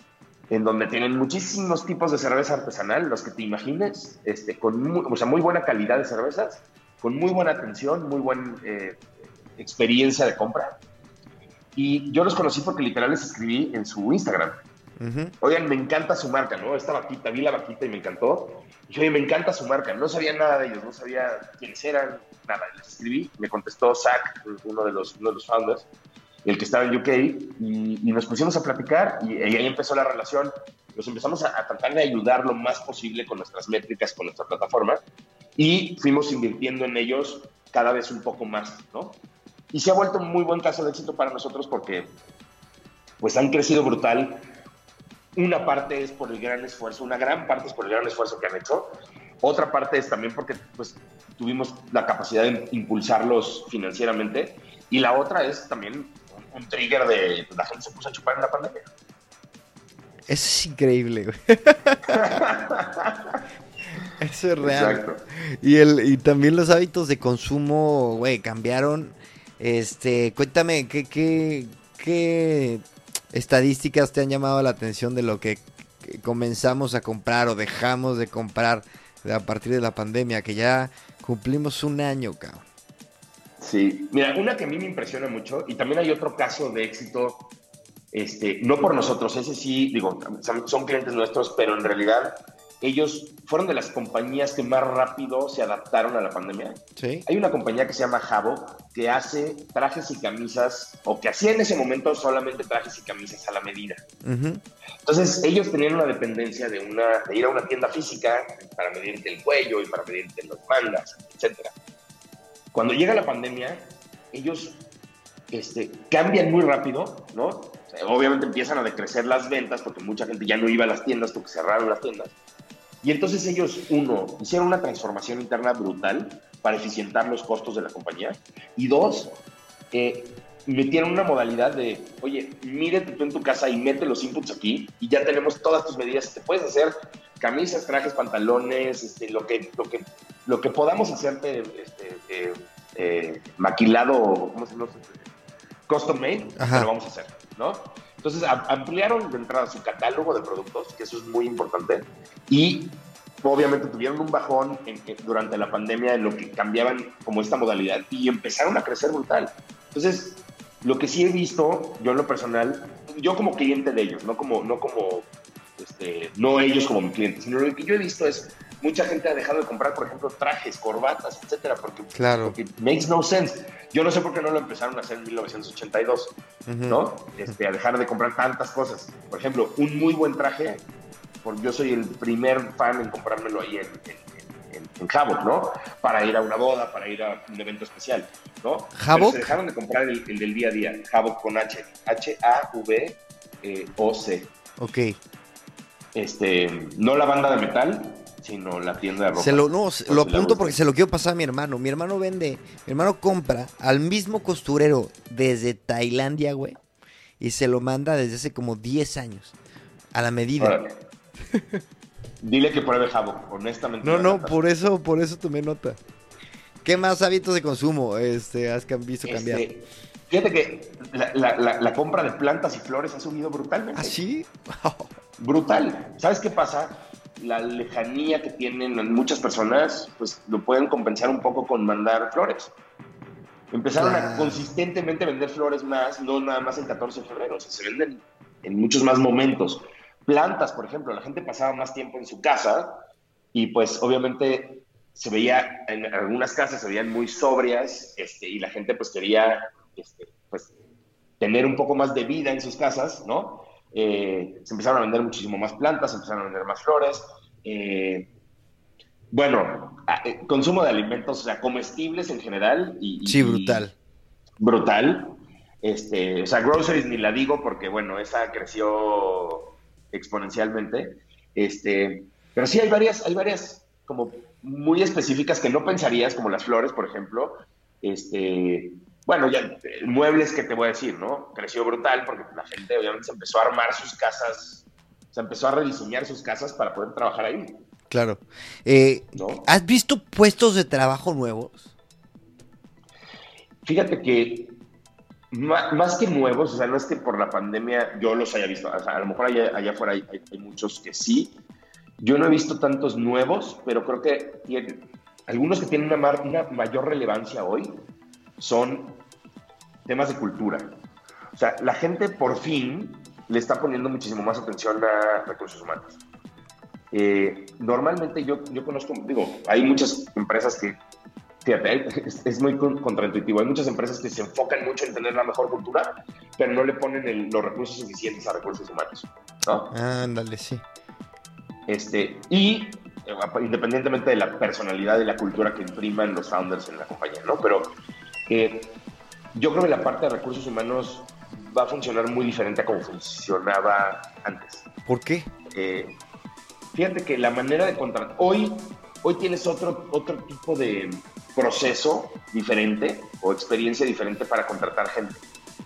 en donde tienen muchísimos tipos de cerveza artesanal, los que te imagines, este, con muy, o sea, muy buena calidad de cervezas, con muy buena atención, muy buena eh, experiencia de compra. Y yo los conocí porque literal les escribí en su Instagram. Uh-huh. Oigan, me encanta su marca, ¿no? Esta vaquita, vi la vaquita y me encantó. Y dije, oye, me encanta su marca. No sabía nada de ellos, no sabía quiénes eran, nada. Les escribí, me contestó Zach, uno de los, uno de los founders, el que estaba en U K, y, y nos pusimos a platicar y, y ahí empezó la relación. Nos empezamos a, a tratar de ayudar lo más posible con nuestras métricas, con nuestra plataforma, y fuimos invirtiendo en ellos cada vez un poco más, ¿no? Y se ha vuelto un muy buen caso de éxito para nosotros porque pues han crecido brutal. Una parte es por el gran esfuerzo, una gran parte es por el gran esfuerzo que han hecho. Otra parte es también porque pues, tuvimos la capacidad de impulsarlos financieramente. Y la otra es también un, un trigger de pues, la gente se puso a chupar en la pandemia. Eso es increíble, güey. Eso es real. Exacto. Y, el, y también los hábitos de consumo, güey, cambiaron. Este, cuéntame, ¿qué, qué, qué estadísticas te han llamado la atención de lo que comenzamos a comprar o dejamos de comprar a partir de la pandemia, que ya cumplimos un año, cabrón? Sí, mira, una que a mí me impresiona mucho, y también hay otro caso de éxito, este, no por nosotros, ese sí, digo, son clientes nuestros, pero en realidad ellos fueron de las compañías que más rápido se adaptaron a la pandemia. Sí. Hay una compañía que se llama Havok que hace trajes y camisas, o que hacía en ese momento solamente trajes y camisas a la medida. Uh-huh. Entonces, ellos tenían una dependencia de, una, de ir a una tienda física para medirte el cuello y para medirte las mangas, etcétera. Cuando llega la pandemia, ellos este, cambian muy rápido, ¿no? O sea, obviamente empiezan a decrecer las ventas porque mucha gente ya no iba a las tiendas porque cerraron las tiendas. Y entonces ellos, uno, hicieron una transformación interna brutal para eficientar los costos de la compañía. Y dos, eh, metieron una modalidad de, oye, mírate tú en tu casa y mete los inputs aquí y ya tenemos todas tus medidas. Te puedes hacer camisas, trajes, pantalones, este, lo, que, lo, que, lo que podamos hacerte este, eh, eh, maquilado, ¿cómo se llama? Custom made, Ajá. Lo vamos a hacer, ¿no? Entonces ampliaron de entrada su catálogo de productos, que eso es muy importante, y obviamente tuvieron un bajón en, en, durante la pandemia en lo que cambiaban como esta modalidad y empezaron a crecer brutal. Entonces, lo que sí he visto, yo en lo personal, yo como cliente de ellos, no como, no como, este, no ellos como mi cliente, sino lo que yo he visto es mucha gente ha dejado de comprar, por ejemplo, trajes, corbatas, etcétera, porque, claro. porque makes no sense. Yo no sé por qué no lo empezaron a hacer en mil novecientos ochenta y dos, uh-huh. ¿no? Este, a dejar de comprar tantas cosas. Por ejemplo, un muy buen traje, porque yo soy el primer fan en comprármelo ahí en, en, en, en Havok, ¿no? Para ir a una boda, para ir a un evento especial, ¿no? ¿Havok? Se dejaron de comprar el, el del día a día, Havok con H, H A V O C. Ok. Este, no la banda de metal, sino la tienda de ropa. Se lo, no, se, lo apunto porque se lo quiero pasar a mi hermano. Mi hermano vende, mi hermano compra al mismo costurero desde Tailandia, güey, y se lo manda desde hace como diez años, a la medida. Ahora, dile que pruebe Havok, honestamente. No, no, por eso, por eso tomé nota. ¿Qué más hábitos de consumo este, has visto cambiar? Este, fíjate que la, la, la, la compra de plantas y flores ha subido brutalmente. ¿Ah, sí? Brutal. ¿Sabes qué pasa? La lejanía que tienen muchas personas, pues lo pueden compensar un poco con mandar flores. Empezaron claro. a consistentemente vender flores más, no nada más el catorce de febrero, o sea, se venden en muchos más momentos. Plantas, por ejemplo, la gente pasaba más tiempo en su casa y pues obviamente se veía, en algunas casas se veían muy sobrias este, y la gente pues quería este, pues, tener un poco más de vida en sus casas, ¿no? Eh, se empezaron a vender muchísimo más plantas, se empezaron a vender más flores. Eh, bueno, eh, consumo de alimentos, o sea, comestibles en general. Y, sí, brutal. Y brutal. Este, o sea, groceries ni la digo porque, bueno, esa creció exponencialmente. Este, pero sí hay varias, hay varias como muy específicas que no pensarías, como las flores, por ejemplo. Este... Bueno, ya, muebles, que te voy a decir, ¿no? Creció brutal porque la gente obviamente se empezó a armar sus casas, se empezó a rediseñar sus casas para poder trabajar ahí. Claro. Eh, ¿no? ¿Has visto puestos de trabajo nuevos? Fíjate que Má- más que nuevos, o sea, no es que por la pandemia yo los haya visto, o sea, a lo mejor allá, allá afuera hay, hay- hay muchos que sí. Yo no he visto tantos nuevos, pero creo que tiene- algunos que tienen una, mar- una mayor relevancia hoy son temas de cultura. O sea, la gente por fin le está poniendo muchísimo más atención a recursos humanos. Eh, normalmente yo, yo conozco, digo, hay muchas empresas que, fíjate, es, es muy con- contraintuitivo, hay muchas empresas que se enfocan mucho en tener la mejor cultura, pero no le ponen el- los recursos suficientes a recursos humanos, ¿no? Ándale, sí. Este, y eh, independientemente de la personalidad y la cultura que impriman los founders en la compañía, ¿no? Pero eh, yo creo que la parte de recursos humanos va a funcionar muy diferente a como funcionaba antes. ¿Por qué? Eh, Fíjate que la manera de contratar, hoy, hoy tienes otro, otro tipo de proceso diferente o experiencia diferente para contratar gente.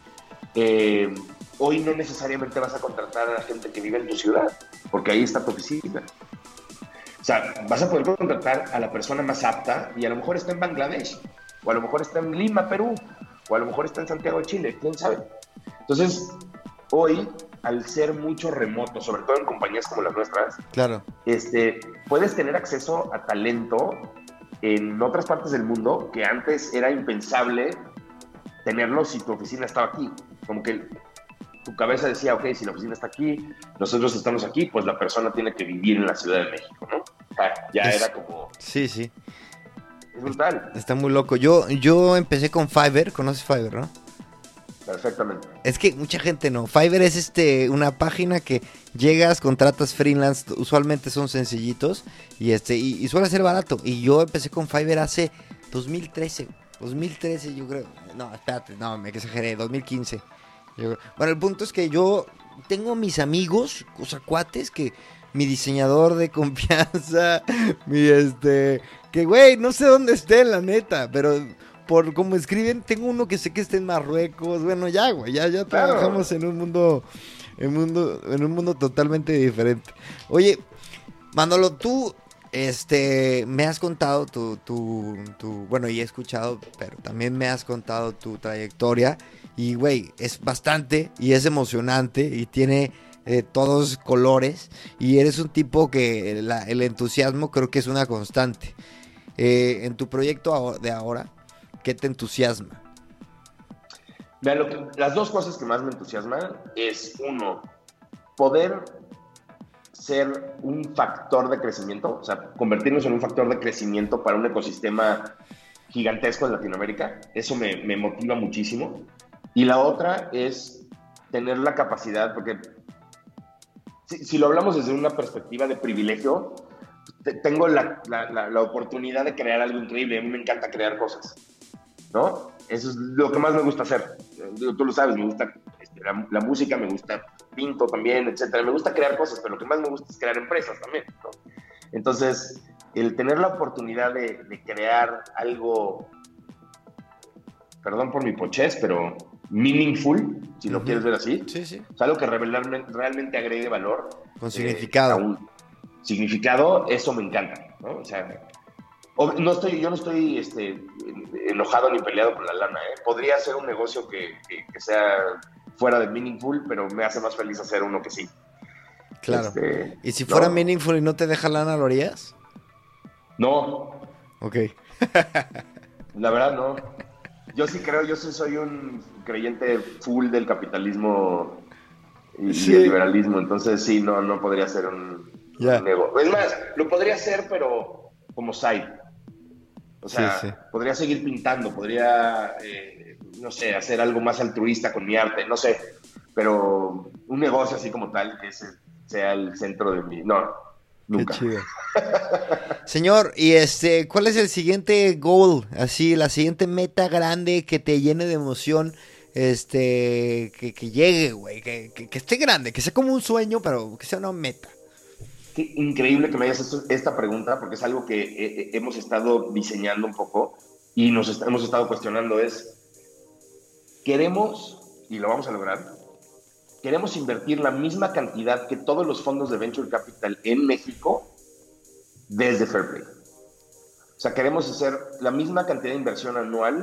Eh, hoy no necesariamente vas a contratar a la gente que vive en tu ciudad, porque ahí está tu oficina. O sea, vas a poder contratar a la persona más apta y a lo mejor está en Bangladesh, o a lo mejor está en Lima, Perú, o a lo mejor está en Santiago de Chile, quién sabe. Entonces, hoy, al ser mucho remoto, sobre todo en compañías como las nuestras, Claro. este, puedes tener acceso a talento en otras partes del mundo que antes era impensable tenerlo si tu oficina estaba aquí. Como que tu cabeza decía, ok, si la oficina está aquí, nosotros estamos aquí, pues la persona tiene que vivir en la Ciudad de México, ¿no? O sea, ya Es- era como... Sí, sí. Es brutal. Está muy loco. Yo, yo empecé con Fiverr, ¿conoces Fiverr, no? Perfectamente. Es que mucha gente no. Fiverr es este una página que llegas, contratas freelance, usualmente son sencillitos y este y, y suele ser barato. Y yo empecé con Fiverr hace dos mil trece, dos mil trece yo creo. No, espérate, no, me exageré, dos mil quince. Yo- bueno, el punto es que yo tengo mis amigos, o sea, cuates que mi diseñador de confianza, mi este, que güey, no sé dónde esté la neta, pero por como escriben, tengo uno que sé que está en Marruecos. Bueno, ya, güey, ya, ya Claro. trabajamos en un mundo, en mundo, en un mundo totalmente diferente. Oye, Manolo, tú, este, me has contado tu, tu, tu, bueno, y he escuchado, pero también me has contado tu trayectoria. Y, güey, es bastante y es emocionante y tiene eh, todos colores. Y eres un tipo que la- el entusiasmo creo que es una constante. Eh, en tu proyecto aho- de ahora, ¿qué te entusiasma? Mira, lo que- las dos cosas que más me entusiasman es, uno, poder ser un factor de crecimiento, o sea, convertirnos en un factor de crecimiento para un ecosistema gigantesco en Latinoamérica. Eso me, me motiva muchísimo. Y la otra es tener la capacidad, porque si, si lo hablamos desde una perspectiva de privilegio, te- tengo la, la, la, la oportunidad de crear algo increíble. A mí me encanta crear cosas, ¿no? Eso es lo que más me gusta hacer. Digo, tú lo sabes, me gusta este, la, la música, me gusta pinto también, etcétera. Me gusta crear cosas, pero lo que más me gusta es crear empresas también, ¿no? Entonces, el tener la oportunidad de, de crear algo, perdón por mi pochez, pero meaningful, si lo Ujú. quieres ver así, Sí, sí. o sea, algo que realmente, realmente agregue valor. Con eh, significado. a un significado, eso me encanta, ¿no? O sea, o- no estoy, yo no estoy este, enojado ni peleado por la lana, ¿eh? Podría ser un negocio que, que, que sea fuera de meaningful, pero me hace más feliz hacer uno que sí. Claro. Este, ¿Y si ¿no? fuera meaningful y no te deja lana, lo harías? No, Ok. la verdad no. Yo sí creo, yo sí soy un creyente full del capitalismo y, Sí. y el liberalismo, entonces sí, no, no podría ser un, Ya. un negocio. Es más, lo podría hacer, pero como side. O sea, Sí, sí. podría seguir pintando, podría, eh, no sé, hacer algo más altruista con mi arte, no sé, pero un negocio así como tal, que ese sea el centro de mi... No, nunca. Qué chido. Señor, y este, ¿cuál es el siguiente goal? Así, la siguiente meta grande que te llene de emoción, este, que, que llegue, güey, que, que, que esté grande, que sea como un sueño, pero que sea una meta. Qué increíble que me hayas hecho esta pregunta, porque es algo que eh, hemos estado diseñando un poco y nos est- hemos estado cuestionando, es, queremos, y lo vamos a lograr, queremos invertir la misma cantidad que todos los fondos de Venture Capital en México desde Fairplay. O sea, queremos hacer la misma cantidad de inversión anual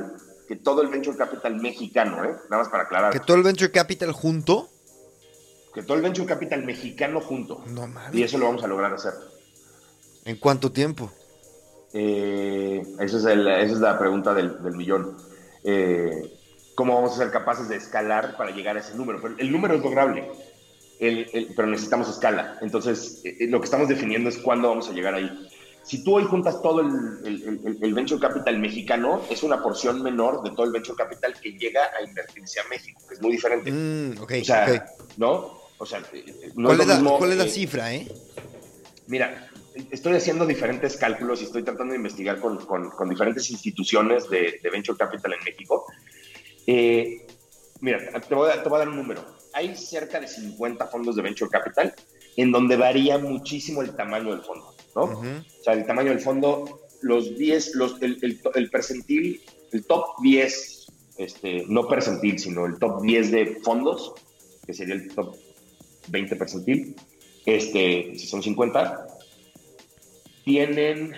que todo el venture capital mexicano, ¿eh? Nada más para aclarar. ¿Que todo el venture capital junto? Que todo el venture capital mexicano junto. No mames. Y eso lo vamos a lograr hacer. ¿En cuánto tiempo? Eh, esa, es el, esa es la pregunta del, del millón. Eh, ¿Cómo vamos a ser capaces de escalar para llegar a ese número? Pero el número es lograble, el, el, pero necesitamos escala. Entonces, eh, lo que estamos definiendo es cuándo vamos a llegar ahí. Si tú hoy juntas todo el, el, el, el venture capital mexicano, es una porción menor de todo el venture capital que llega a invertirse a México, que es muy diferente. Mm, okay, o sea, okay. ¿no? O sea, no ¿Cuál, es, es la, mismo, ¿Cuál es la eh, cifra, eh? Mira, estoy haciendo diferentes cálculos y estoy tratando de investigar con, con, con diferentes instituciones de, de venture capital en México. Eh, mira, te voy, a, te voy a dar un número. Hay cerca de cincuenta fondos de venture capital en donde varía muchísimo el tamaño del fondo, ¿no? Uh-huh. O sea, el tamaño del fondo, los diez, los, el, el, el percentil, el top diez, este, no percentil, sino el top diez de fondos, que sería el top veinte percentil, este, si son cincuenta, tienen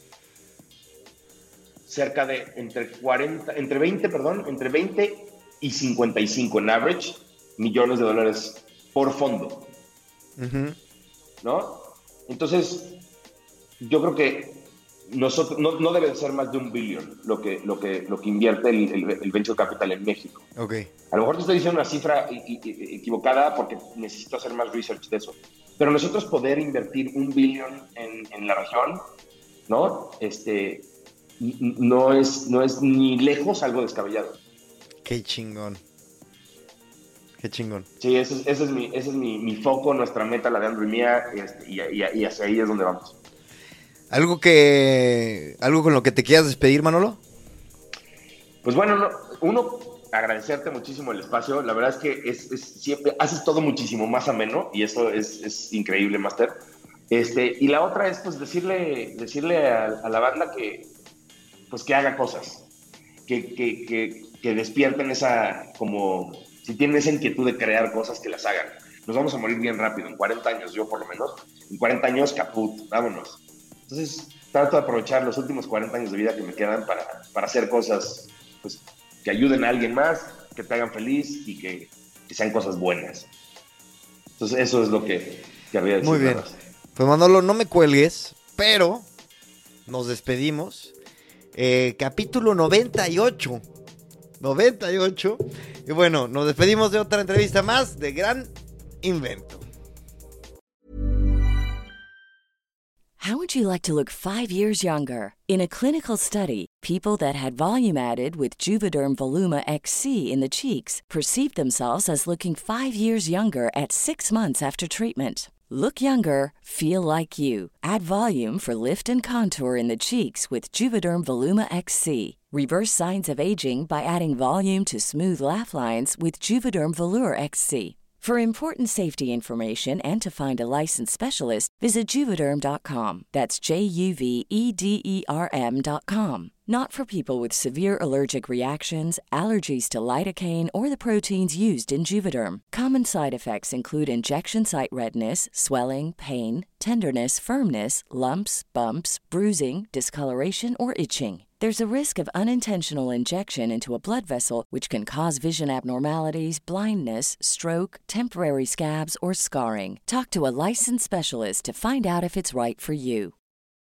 cerca de entre cuarenta, entre veinte, perdón, entre veinte y cincuenta y cinco en average millones de dólares por fondo. Uh-huh. ¿No? Entonces, yo creo que nosotros, no, no debe ser más de un billón lo que, lo que, lo que invierte el, el, el venture capital en México. Okay. A lo mejor te estoy diciendo una cifra equivocada porque necesito hacer más research de eso. Pero nosotros poder invertir un billón en, en la región, ¿no? Este, no, es, no es ni lejos algo descabellado. Qué chingón. Qué chingón. Sí, ese es, ese es, mi, ese es mi, mi foco, nuestra meta, la de Andrew y mía, este, y, y, y hacia ahí es donde vamos. ¿Algo que algo con lo que te quieras despedir, Manolo? Pues bueno, no, uno, agradecerte muchísimo el espacio. La verdad es que es, es siempre haces todo muchísimo más ameno y eso es, es increíble, Master. Este, y la otra es pues decirle, decirle a, a la banda que, pues, que haga cosas, que, que, que, que despierten esa, como, si tienen esa inquietud de crear cosas, que las hagan. Nos vamos a morir bien rápido, en cuarenta años, yo por lo menos, en cuarenta años, caput, vámonos. Entonces, trato de aprovechar los últimos cuarenta años de vida que me quedan para, para hacer cosas, pues, que ayuden a alguien más, que te hagan feliz y que, que sean cosas buenas. Entonces, eso es lo que querría decir. Muy bien. Pues, Manolo, no me cuelgues, pero nos despedimos. Eh, capítulo noventa y ocho. noventa y ocho. Y bueno, nos despedimos de otra entrevista más de Gran Invento. How would you like to look five years younger? In a clinical study, people that had volume added with Juvederm Voluma X C in the cheeks perceived themselves as looking five years younger at six months after treatment. Look younger, feel like you. Add volume for lift and contour in the cheeks with Juvederm Voluma X C. Reverse signs of aging by adding volume to smooth laugh lines with Juvederm Volure X C. For important safety information and to find a licensed specialist, visit Juvederm dot com. That's J U V E D E R M dot com. Not for people with severe allergic reactions, allergies to lidocaine, or the proteins used in Juvederm. Common side effects include injection site redness, swelling, pain, tenderness, firmness, lumps, bumps, bruising, discoloration, or itching. There's a risk of unintentional injection into a blood vessel, which can cause vision abnormalities, blindness, stroke, temporary scabs, or scarring. Talk to a licensed specialist to find out if it's right for you.